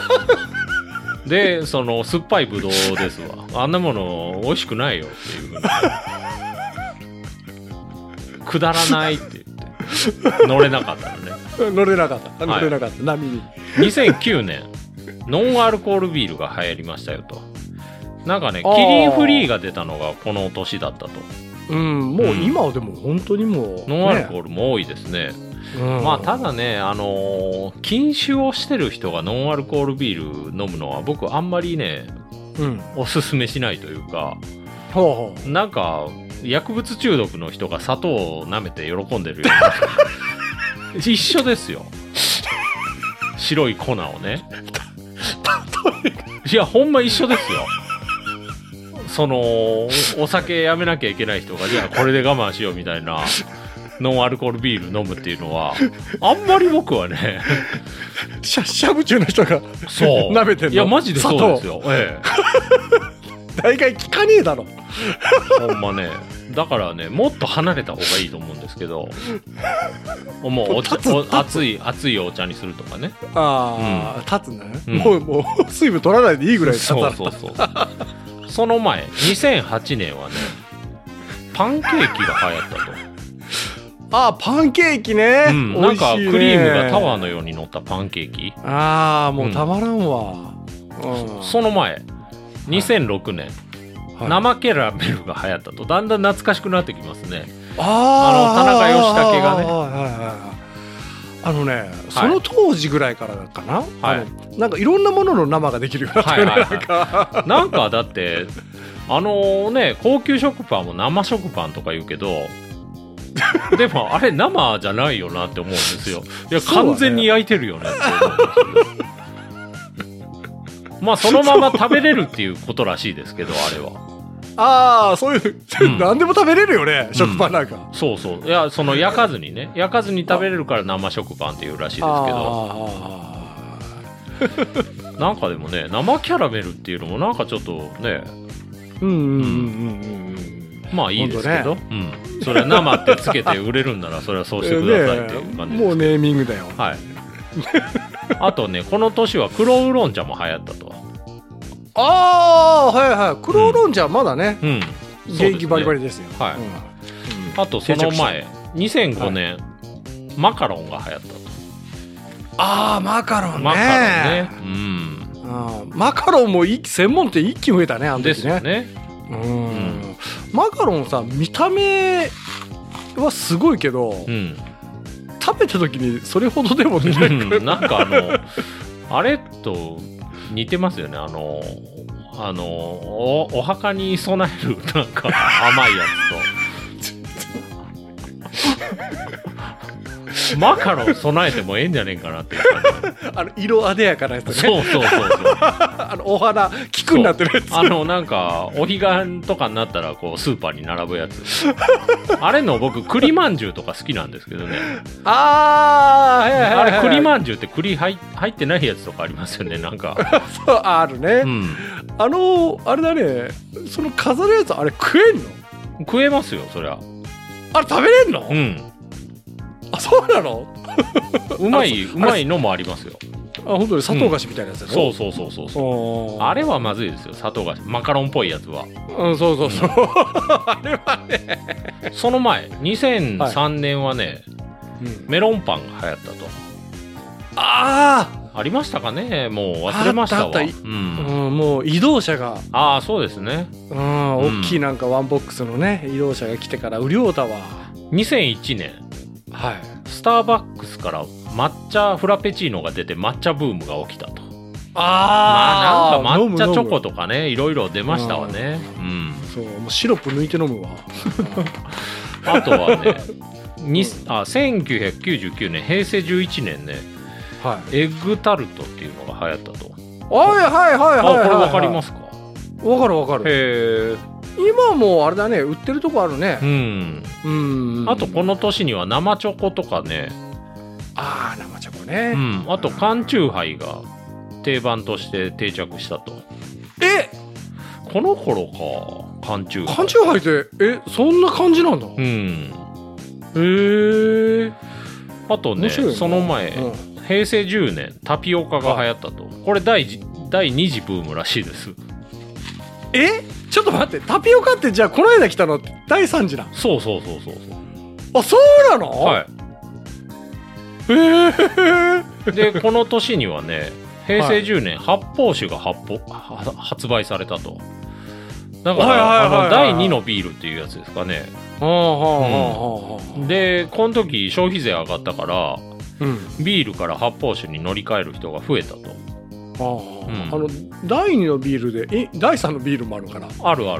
でその酸っぱいブドウですわ、あんなもの美味しくないよっていうくだらないって言って乗れなかったのね乗れなかった乗れなかった、はい、波ににせんきゅうねんノンアルコールビールが流行りましたよと。なんかねキリンフリーが出たのがこの年だったと。 うん、もう今はでも本当にもう、ね、 ノンアルコールも多いですね、うん、まあただねあのー、禁酒をしてる人がノンアルコールビール飲むのは僕あんまりね、うん、おすすめしないというか、ほうほう、なんか薬物中毒の人が砂糖を舐めて喜んでるような一緒ですよ白い粉をねいやほんま一緒ですよ。そのお酒やめなきゃいけない人がじゃあこれで我慢しようみたいなノンアルコールビール飲むっていうのはあんまり僕はねしゃしゃぶ中の人がそう舐めてんの。 いやマジでそうですよ、ええ、大概効かねえだろほんまね。だからねもっと離れた方がいいと思うんですけどもうお茶お熱い熱いお茶にするとかね。 ああ、うん、立つんだね、うん、もうもう水分取らないでいいぐらい立つ。 そうそうそうその前にせんはちねんはねパンケーキが流行ったと。 ああパンケーキね、うん、 なんかクリームがタワーのように乗ったパンケーキ。 ああもうたまらんわ、 うんうん、その前にせんろくねん、はい、生キャラメルが流行ったと。だんだん懐かしくなってきますね。ああの田中義武がね、はいはいはい、 あのね、その当時ぐらいからかな、はい、なんかいろんなものの生ができるようになって、ね、はいはいはい、なんかだってあのね高級食パンも生食パンとか言うけどでもあれ生じゃないよなって思うんですよ。いや完全に焼いてるよねって思うんですよまあそのまま食べれるっていうことらしいですけどあれは。 ああそういう、うん、何でも食べれるよね、食パンなんか、 うん、そうそう。いやその焼かずにね焼かずに食べれるから生食パンっていうらしいですけどなんかでもね生キャラメルっていうのもなんかちょっとねうんうんうんうんうんまあいいですけど、ね、うん、それは生ってつけて売れるんならそれはそうしてくださいっていう感じです、 ね、もうネーミングだよ。 はいあとねこの年は黒ウーロン茶も流行ったと。 ああはいはい黒ウーロン茶はまだね、うん、元気バリバリですよ、 はい、うん、あとその前にせんごねん、はい、マカロンが流行ったと。 ああマカロンねマカロンね、うん、 あマカロンも専門店一気に増えたねあの時ね。 ですよね、 うんうん、マカロンさ見た目はすごいけど、うん、食べた時にそれほどでもね、 うん、なんかあのあれと似てますよね。あのあの お, お墓に備えるなんか甘いやつとマカロン備えてもええんじゃねえかなっていう感じ。 あの色あでやかなやつね。 そうそうそうそうあのお花菊になってるやつ。 あのなんかお彼岸とかになったらこうスーパーに並ぶやつあれの僕栗まんじゅうとか好きなんですけどね。 あー、はいはいはいはい、 あれ栗まんじゅうって栗入入ってないやつとかありますよねなんかそうあるね、うん、あのあれだねその飾るやつあれ食えんの？ 食えますよそりゃ。 あれ食べれんの？ うん。 あそうなのうまいうまいのもありますよ。 あ本当に砂糖菓子みたいなやつだろ、 うん、そうそうそうそう。あれはまずいですよ砂糖菓子マカロンっぽいやつは。 うんそうそうそう、うん、あれはね。 その前にせんさんねんはね、はい、メロンパンが流行ったと。 ああありましたかね。もう忘れましたわ。あったあった、 うんうん、もう移動車がああそうですね、 うん、大きいなんかワンボックスのね移動車が来てから売りようだわ。 にせんいちねんはい、スターバックスから抹茶フラペチーノが出て抹茶ブームが起きたと。あ、まあなんか抹茶チョコとかねいろいろ出ましたわね、うん、 そうもうシロップ抜いて飲むわあとはねにあせんきゅうひゃくきゅうじゅうきゅうねんへいせいじゅういちねんね、はい、エッグタルトっていうのが流行ったと。 はいはいはいはいはい、はい、 あこれ分かりますか？ 分かる分かる。 へえ。 今もあれだね売ってるとこあるね。 うんうん。あとこの年には生チョコとかね。 ああ生チョコね。 うん。あと缶チューハイが定番として定着したと。 え？ この頃か缶チューハイ。 缶チューハイってえそんな感じなんだ。 うん。 へえ。 あとねその前、うん、平成じゅうねんタピオカが流行ったと。これ第第二次ブームらしいです。 えちょっと待って、タピオカってじゃあこの間来たのだいさん次なん？ そうそうそうそうそう。 あ、そうなの？ はい。 へえ。 でこの年にはね平成じゅうねん、はい、発泡酒が発泡発売されたと。だからだいにのビールっていうやつですかね。うん、でこの時消費税上がったから、うん、ビールから発泡酒に乗り換える人が増えたと。 あ、うん、あのだいにのビールでえだいさんのビールもあるかな。 あるある。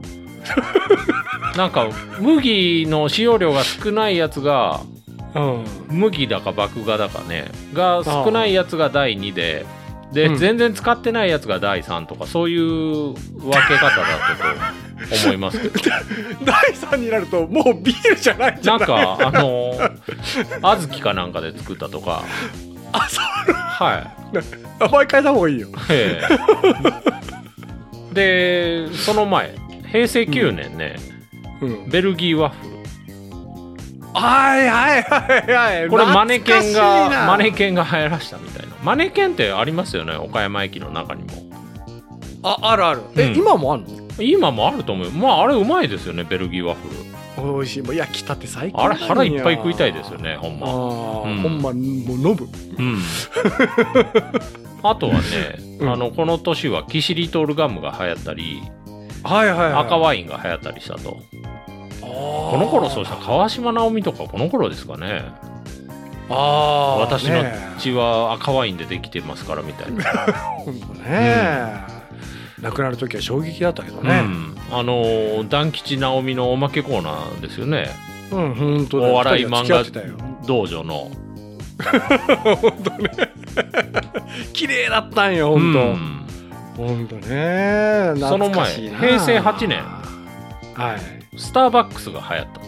なんか麦の使用量が少ないやつが、うん、麦だか麦芽だかねが少ないやつがだいにでで、うん、全然使ってないやつがだいさんとかそういう分け方だったと思いますけど。 だいさんになるともうビールじゃないんじゃない？ なんかあの小豆かなんかで作ったとか。 あ、そう。 はい。 名前変えた方がいいよ。 へえ。でその前平成きゅうねんね、うんうん、ベルギーワッフル。 はいはいはいはい。 これマネケンがマネケンが流行らしたみたいな。マネケンってありますよね、岡山駅の中にも。 あ、あるある。え、うん、今もあるの？ 今もあると思う。まああれうまいですよね、ベルギーワッフル。 美味しい。もう焼きたて最高。 あれ腹いっぱい食いたいですよね、ほんま。 あ、うん、ほんまもう飲む。 うん。あとはね、うん、あのこの年はキシリトールガムが流行ったり、 はいはいはい、 赤ワインが流行ったりしたと。この頃そうした川島直美とかこの頃ですかね。あ、私の血は赤ワインでできてますからみたいな。 本当ね、うん、亡くなる時は衝撃だったけどね、うん、 あの団吉直美のおまけコーナーですよね。 うん、本当だ。 お笑い漫画道場の本当ね。綺麗だったんよ本当、うん、本当ね。 その前平成はちねん、 はい、 スターバックスが流行ったと。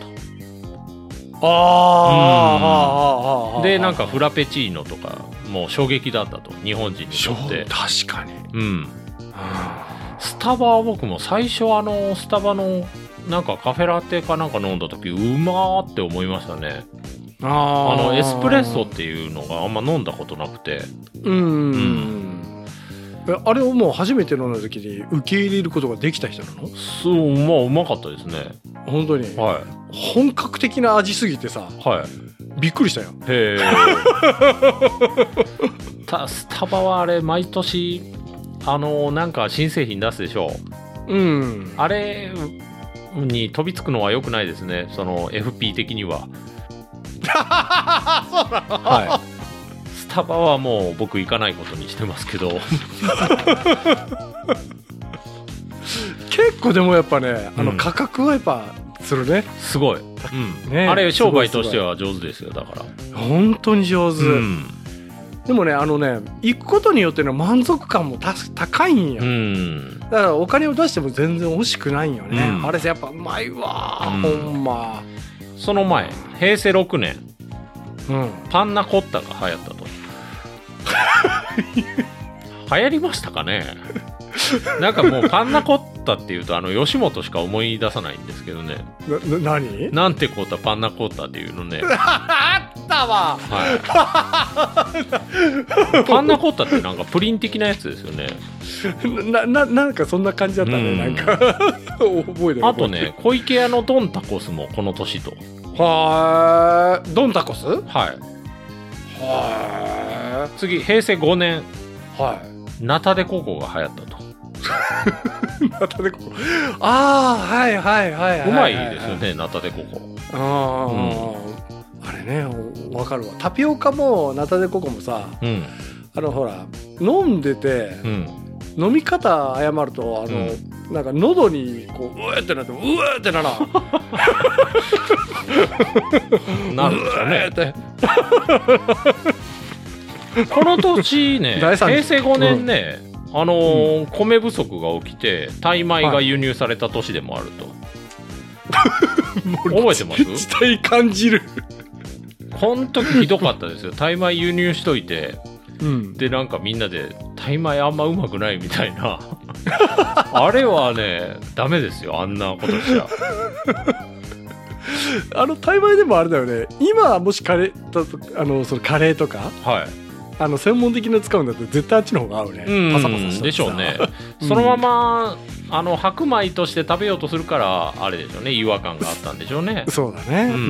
ああ、 でなんかフラペチーノとかもう衝撃だったと、日本人にとって。 確かに。 うん。スタバは僕も最初あのスタバのなんかカフェラテかなんか飲んだ時うまーって思いましたね。ああのエスプレッソっていうのがあんま飲んだことなくて。 うん、うん、あれをもう初めて飲んだ時に受け入れることができた人なの？ そう、まあうまかったですね。 本当に。 はい。 本格的な味すぎてさ、 はい、 びっくりしたよ。 へえ。スタバはあれ毎年あのなんか新製品出すでしょう。うん。あれに飛びつくのは良くないですね。その エフピー 的には。 そうなの？ はい。スタバはもう僕行かないことにしてますけど。 結構でもやっぱね、あの価格はやっぱするね。 すごい。うん、ね、あれ商売としては上手ですよ。だから本当に上手。うん、でもね、あのね、行くことによっての満足感もた高いんよ。うん、だからお金を出しても全然惜しくないんよね。うん、あれやっぱうまいわ、うん、ほんま。 その前平成ろくねん、うん、パンナコッタが流行ったと。流行りましたかね。なんかもうパンナコッタっていうとあの吉本しか思い出さないんですけどね。 な、何？ なんてこったパンナコッタっていうのね。 あったわ。 はい。パンナコッタってなんかプリン的なやつですよね。 な、な、なんかそんな感じだったね。うん、なんか覚えてる。 あとね、小池屋のドンタコスもこの年と。 はー、ドンタコス？はい。 はー。次平成ごねん。 はい。 ナタデココが流行ったと。 ナタデココ。ああ、はいはいはい、はい。 うまいですよね、ナタデココ。 ああ、うん、あれね、わかるわ。タピオカもナタデココもさ、うん、あのほら飲んでて、うん、飲み方誤るとあの、うん、なんか喉にこううえってなってうえってならなるんですよね。この年ね、平成ごねんね、うん、あのーうん、米不足が起きてタイ米が輸入された年でもあると、はい、覚えてます？ 時代感じる。 この時ひどかったですよ。タイ米輸入しといて、うん、でなんかみんなでタイ米あんまうまくないみたいなあれはねダメですよ、あんなことしちゃ。 あのタイ米でもあれだよね、今もしカレーとあのそのカレーとか、 はい、 あの専門的な使うんだったら絶対あっちの方が合うね。 うんパサパサしたでしょうね。そのままあの白米として食べようとするからあれでしょうね、違和感があったんでしょうね。 そうだね、 うんうん、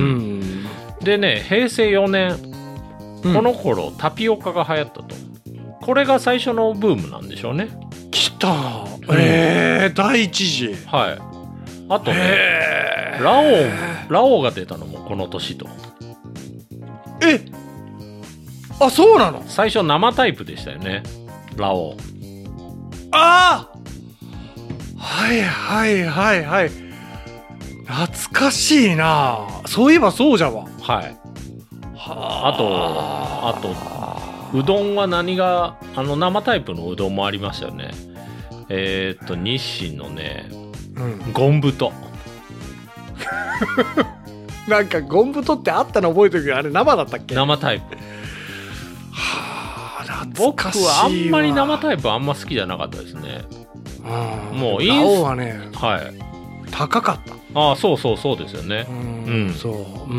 でね平成よねん、うん、この頃タピオカが流行ったと。これが最初のブームなんでしょうね。 来た、えー、第一次。 はい。あとねラオウラオウが出たのもこの年と。 えあ、そうなの。 最初生タイプでしたよね、ラオウ。 ああはいはいはいはい、懐かしいな。そういえばそうじゃわ。はい。はあとあとうどんは何があの生タイプのうどんもありましたよね。えー、っと日清のね、うん、ゴンブトなんかゴンブトってあったの覚えてるけど、あれ生だったっけ。 生タイプ。はあ、懐かしいわ。僕はあんまり生タイプあんま好きじゃなかったですね。もうインスラオウはね、 はい、 高かった。 ああそうそうそうですよね。うん、 うん、そう、うん、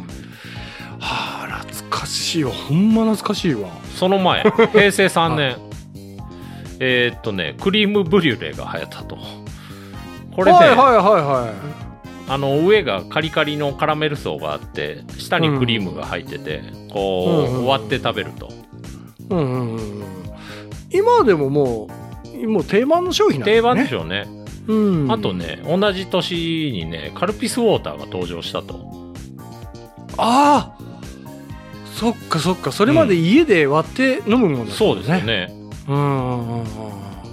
はあ懐かしいわ、ほんま懐かしいわ。 その前平成さんねん、はい、えー、っとねクリームブリュレが流行ったと。これね、はいはいはいはい、あの上がカリカリのカラメル層があって下にクリームが入ってて、うん、こう、うん、割って食べると、 うんうんうん、今でももうもう定番の商品なんですね。 定番でしょうね。うん、あとね同じ年にねカルピスウォーターが登場したと。 ああそっかそっか、それまで家で割って飲むもんだったね、うん、そうですよね。うんうんうん、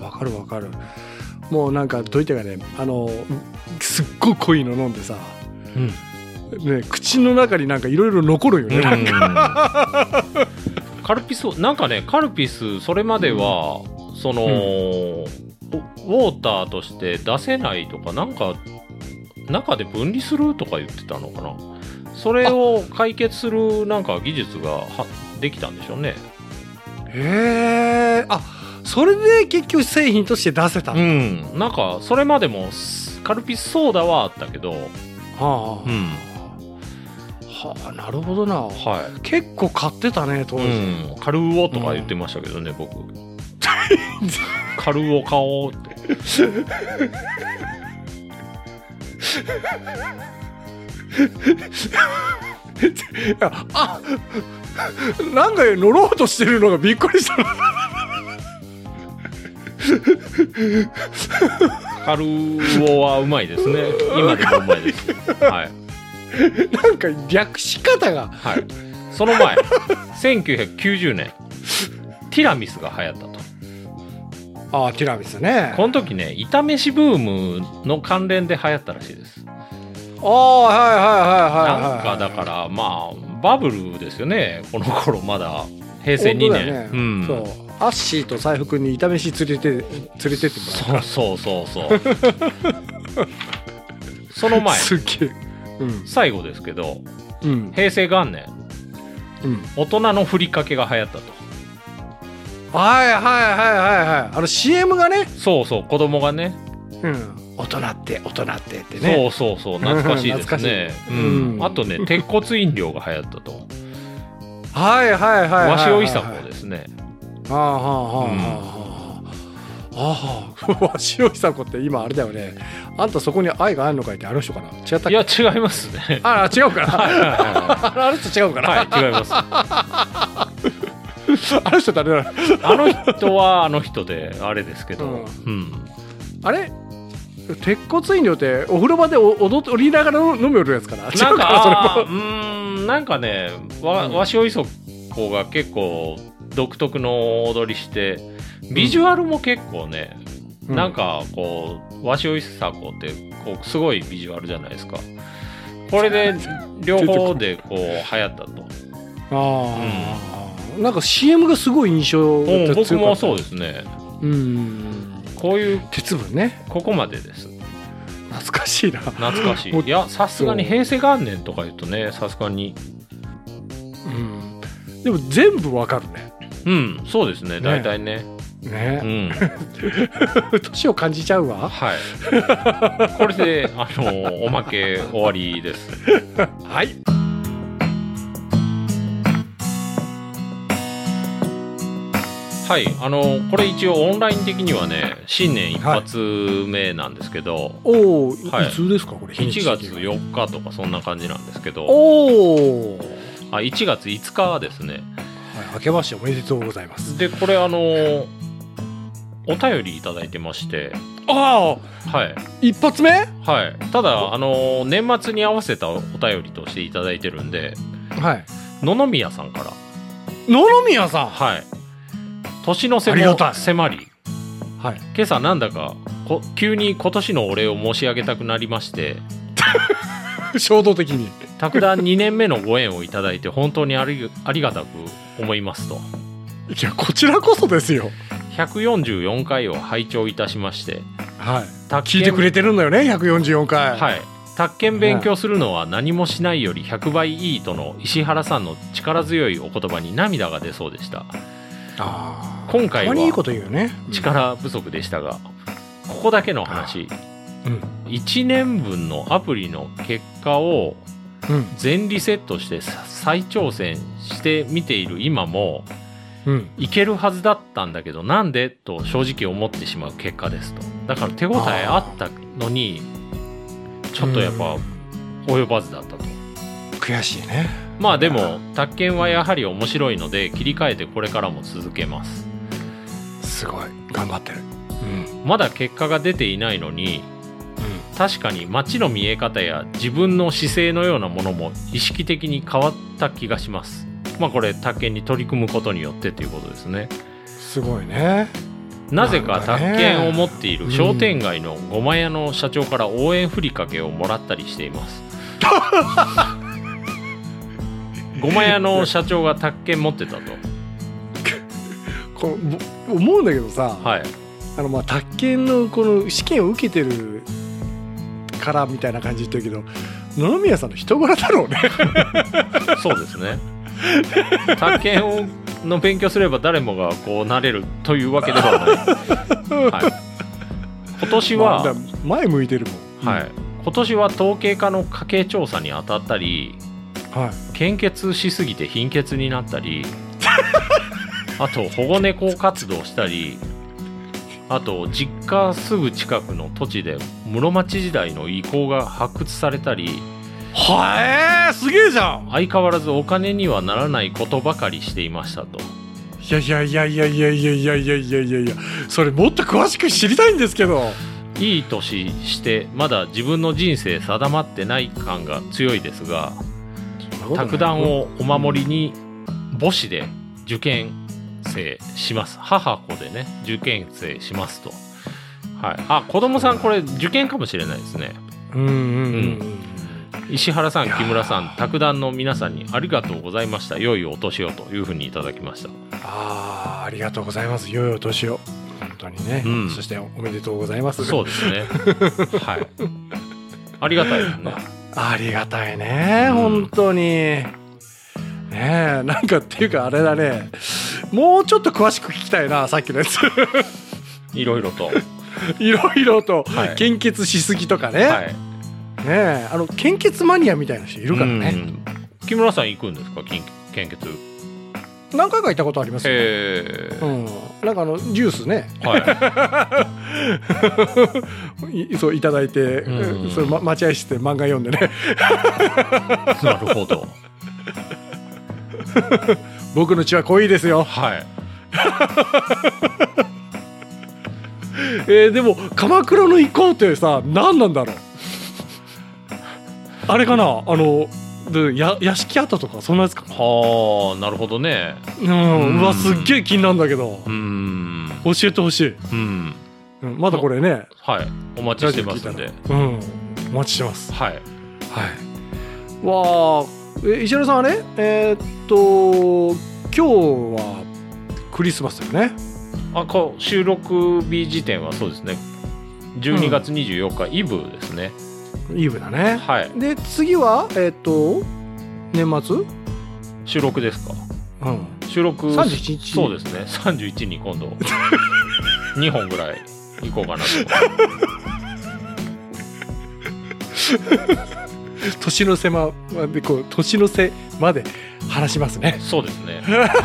わかるわかる。もうなんかどういったかね、あのすっごい濃いの飲んでさ、うんね、口の中になんかいろいろ残るよね、うん、なんかカルピスなんかねカルピスそれまでは、うん、その、うん、ウォーターとして出せないとかなんか中で分離するとか言ってたのかな。それを解決するなんか技術がはできたんでしょうね。 へえ、あそれで結局製品として出せたんだ。 うん、なんかそれまでもカルピスソーダはあったけど、はあ、うん、 はあ、なるほどな、はい、結構買ってたね当時、 うん、カルウオとか言ってましたけどね、うん、僕カルウオ買おうってあ、なんか乗ろうとしてるのがびっくりしたカルウオはうまいですね。今でもうまいです、はい、 なんか略し方が、 はい、その前せんきゅうひゃくきゅうじゅうねんティラミスが流行ったと。 ああティラミスね。 この時ね炒めしブームの関連で流行ったらしいです。 ああはいはいはいはい、 なんかだからまあバブルですよねこの頃まだ平成にねん、ね、うん、 そうアッシーと財布君に炒めし連れて連れてってもらう。 そうそうそうそうその前すげえ、 うん、最後ですけど、うん、平成元年、うん、大人のふりかけが流行ったと。 はいはいはいはいはい、あの シーエム がね、 そうそう子供がね、 うん、大人って大人ってってね、 そうそうそう懐かしいですね、うん、あとね鉄骨飲料が流行ったと。 はいはいはいはい、 わしおいさこですね。 はあはあはあはあ、ああわしおいさこって今あれだよね、あんたそこに愛があるのかいってあの人かな、違ったっけ。 いや違いますね。 ああ違うかな、はいはいはい、あの人違うかな、 はい違いますあの人誰だろうあの人はあの人であれですけど、うんうん、 あれ鉄骨飲料ってお風呂場で踊りながら飲むやつかな。 なんかあうーんなんかね わ,、うん、わしおいそこが結構独特の踊りしてビジュアルも結構ね、うん、なんかこうわしおいさこってこうすごいビジュアルじゃないですか。これで両方でこう流行ったと。 ああ、うん、なんか シーエム がすごい印象が強かった。 僕もそうですね。うんこういう鉄分ね。 ここまでです。 懐かしいな。 懐かしい。いやさすがに平成元年とか言うとねさすがに。 うん。でも全部わかるね。 うんそうですね大体ね。 ね、 うん、 年を感じちゃうわ。 はい。これであのおまけ終わりです。 はい。 はい、あのこれ一応オンライン的にはね新年一発目なんですけど、はい、 おお、はい、いつですかこれ？ いちがつよっかとかそんな感じなんですけど、 おお、 あいちがついつかですね。 はい、明けましておめでとうございます。 でこれあのお便りいただいてまして、 ああ、はい、 一発目？ はい。ただあの年末に合わせたお便りとしていただいてるんで、はい、野々宮さんから。 野々宮さん、 はい。年の瀬も迫り、 はい、 今朝なんだかこ急に今年のお礼を申し上げたくなりまして衝動的に卓談にねんめのご縁をいただいて本当にあり、ありがたく思いますと。 いやこちらこそですよ。 ひゃくよんじゅうよんかいを拝聴いたしまして、 はい、聞いてくれてるんだよねひゃくよんじゅうよんかい。 はい。宅建勉強するのは何もしないよりひゃくばいいいとの石原さんの力強いお言葉に涙が出そうでした。 あ今回はいいこと言うね。 力不足でしたが、ここだけの話、うん、いちねんぶんのアプリの結果を全リセットして再挑戦してみている今も、うん、いけるはずだったんだけどなんでと正直思ってしまう結果ですと。だから手応えあったのにちょっとやっぱ及ばずだったと。 悔しいね。 まあでも宅建はやはり面白いので切り替えてこれからも続けます。 すごい頑張ってる、 うん、まだ結果が出ていないのに、うん、確かに街の見え方や自分の姿勢のようなものも意識的に変わった気がします。まあこれ宅建に取り組むことによってということですね。 すごいね。 なぜか宅建を持っている商店街のごま屋の社長から応援ふりかけをもらったりしていますごま屋の社長が宅建持ってたとこう思うんだけどさ、 はい、 あのまあ宅建のこの試験を受けてるからみたいな感じ言ってるけど野々宮さんの人柄だろうねそうですね。宅建をの勉強すれば誰もがこうなれるというわけではない、はい、今年は、まあ、 前向いてるもん、 はい、今年は統計課の家計調査に当たったり、はい、献血しすぎて貧血になったりあと保護猫活動したり、あと実家すぐ近くの土地で室町時代の遺構が発掘されたり、 はえー、すげえじゃん。 相変わらずお金にはならないことばかりしていましたと。 いやいやいやいやいやいやいやいやいやいやいや、それもっと詳しく知りたいんですけど。 いい年してまだ自分の人生定まってない感が強いですが、卓談をお守りに母子で受験生します。母子でね受験生しますと。はい、あ子供さんこれ受験かもしれないですね。 うんうんうん、うん石原さん、木村さん、卓談の皆さんにありがとうございました。良いお年をというふうにいただきました。 ああ、ありがとうございます。良いお年を。本当にね、うん、そしておめでとうございます。 そうですね。はい。ありがたいですね。 ありがたいね、うん、本当に。ねえ、なんかっていうかあれだね。もうちょっと詳しく聞きたいな、さっきのやつ。 いろいろと。 いろいろと、はい、献血しすぎとかね。はい。ねえ、あの献血マニアみたいな人いるからね。 木村さん行くんですか献血？ 何回か行ったことありますよ。 へー、 うん、なんかあのジュースね、はい、そういただいて、うん、それ、ま、待合室で漫画読んでねなるほど僕の血は濃いですよ。 はいえー、でも鎌倉の遺構ってさ何なんだろう。あれかな、あのや屋敷跡とかそんなやつかな。 はあ、なるほどね。 うん、うわすっげえ気になるんだけど、 うん、 教えてほしい。 うん、 まだこれね、 はい、お待ちしてますんで、 うん、お待ちしてます。 はいはい。わあ、え石原さんあれえー、っと今日はクリスマスだよね。 あ、こう収録日時点はそうですね。じゅうにがつにじゅうよっか、うん、イブですね。 イブだね。 はい。 で次はえっ、ー、と年末収録ですか。 うん。 収録さんじゅういちにちそうですねさんじゅういちに今度にほんぐらい行こうかなと年の瀬までこう年の瀬まで話しますね。 そうですね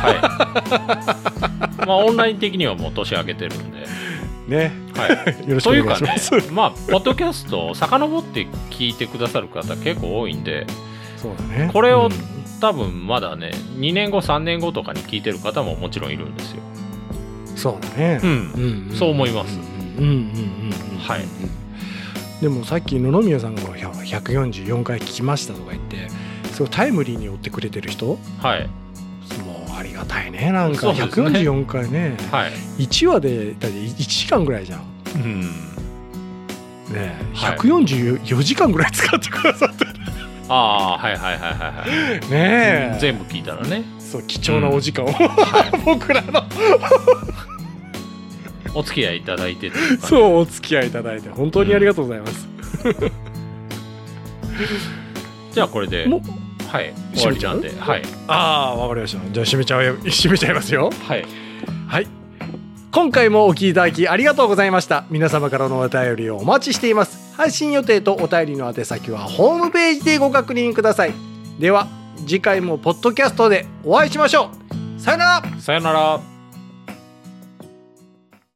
はいまあオンライン的にはもう年明けてるんでね、 はい、 よろしくお願いします。 というかねまあポッドキャストを遡って聞いてくださる方結構多いんで、 そうだね、 これを、 うん、 多分まだねにねんごさんねんごとかに聞いてる方ももちろんいるんですよ。 そうだね、 うんうんうん、 そう思います。 うんうんうんうん、 はい。 でもさっき野々宮さんがひゃくよんじゅうよんかい聞きましたとか言ってすごいタイムリーに追ってくれてる人、 はい、 もうありがたいね。なんかひゃくよんじゅうよんかいね、はい、いちわでだっていちじかんぐらいじゃん、うんね、ひゃくよんじゅうよじかんぐらい使ってくださってるああはいはいはいはいはいねえ、 全部聞いたらね、 そう貴重なお時間を、うん、僕らのお付き合いいただいて、 そうお付き合いいただいて本当にありがとうございます、うん、 じゃあこれではい終わりなんで、はい、 ああわかりました。じゃあ締めちゃう締めちゃいますよ。 はいはい、今回もお聞きいただきありがとうございました。皆様からのお便りをお待ちしています。配信予定とお便りの宛先はホームページでご確認ください。では次回もポッドキャストでお会いしましょう。さよなら。 さよなら。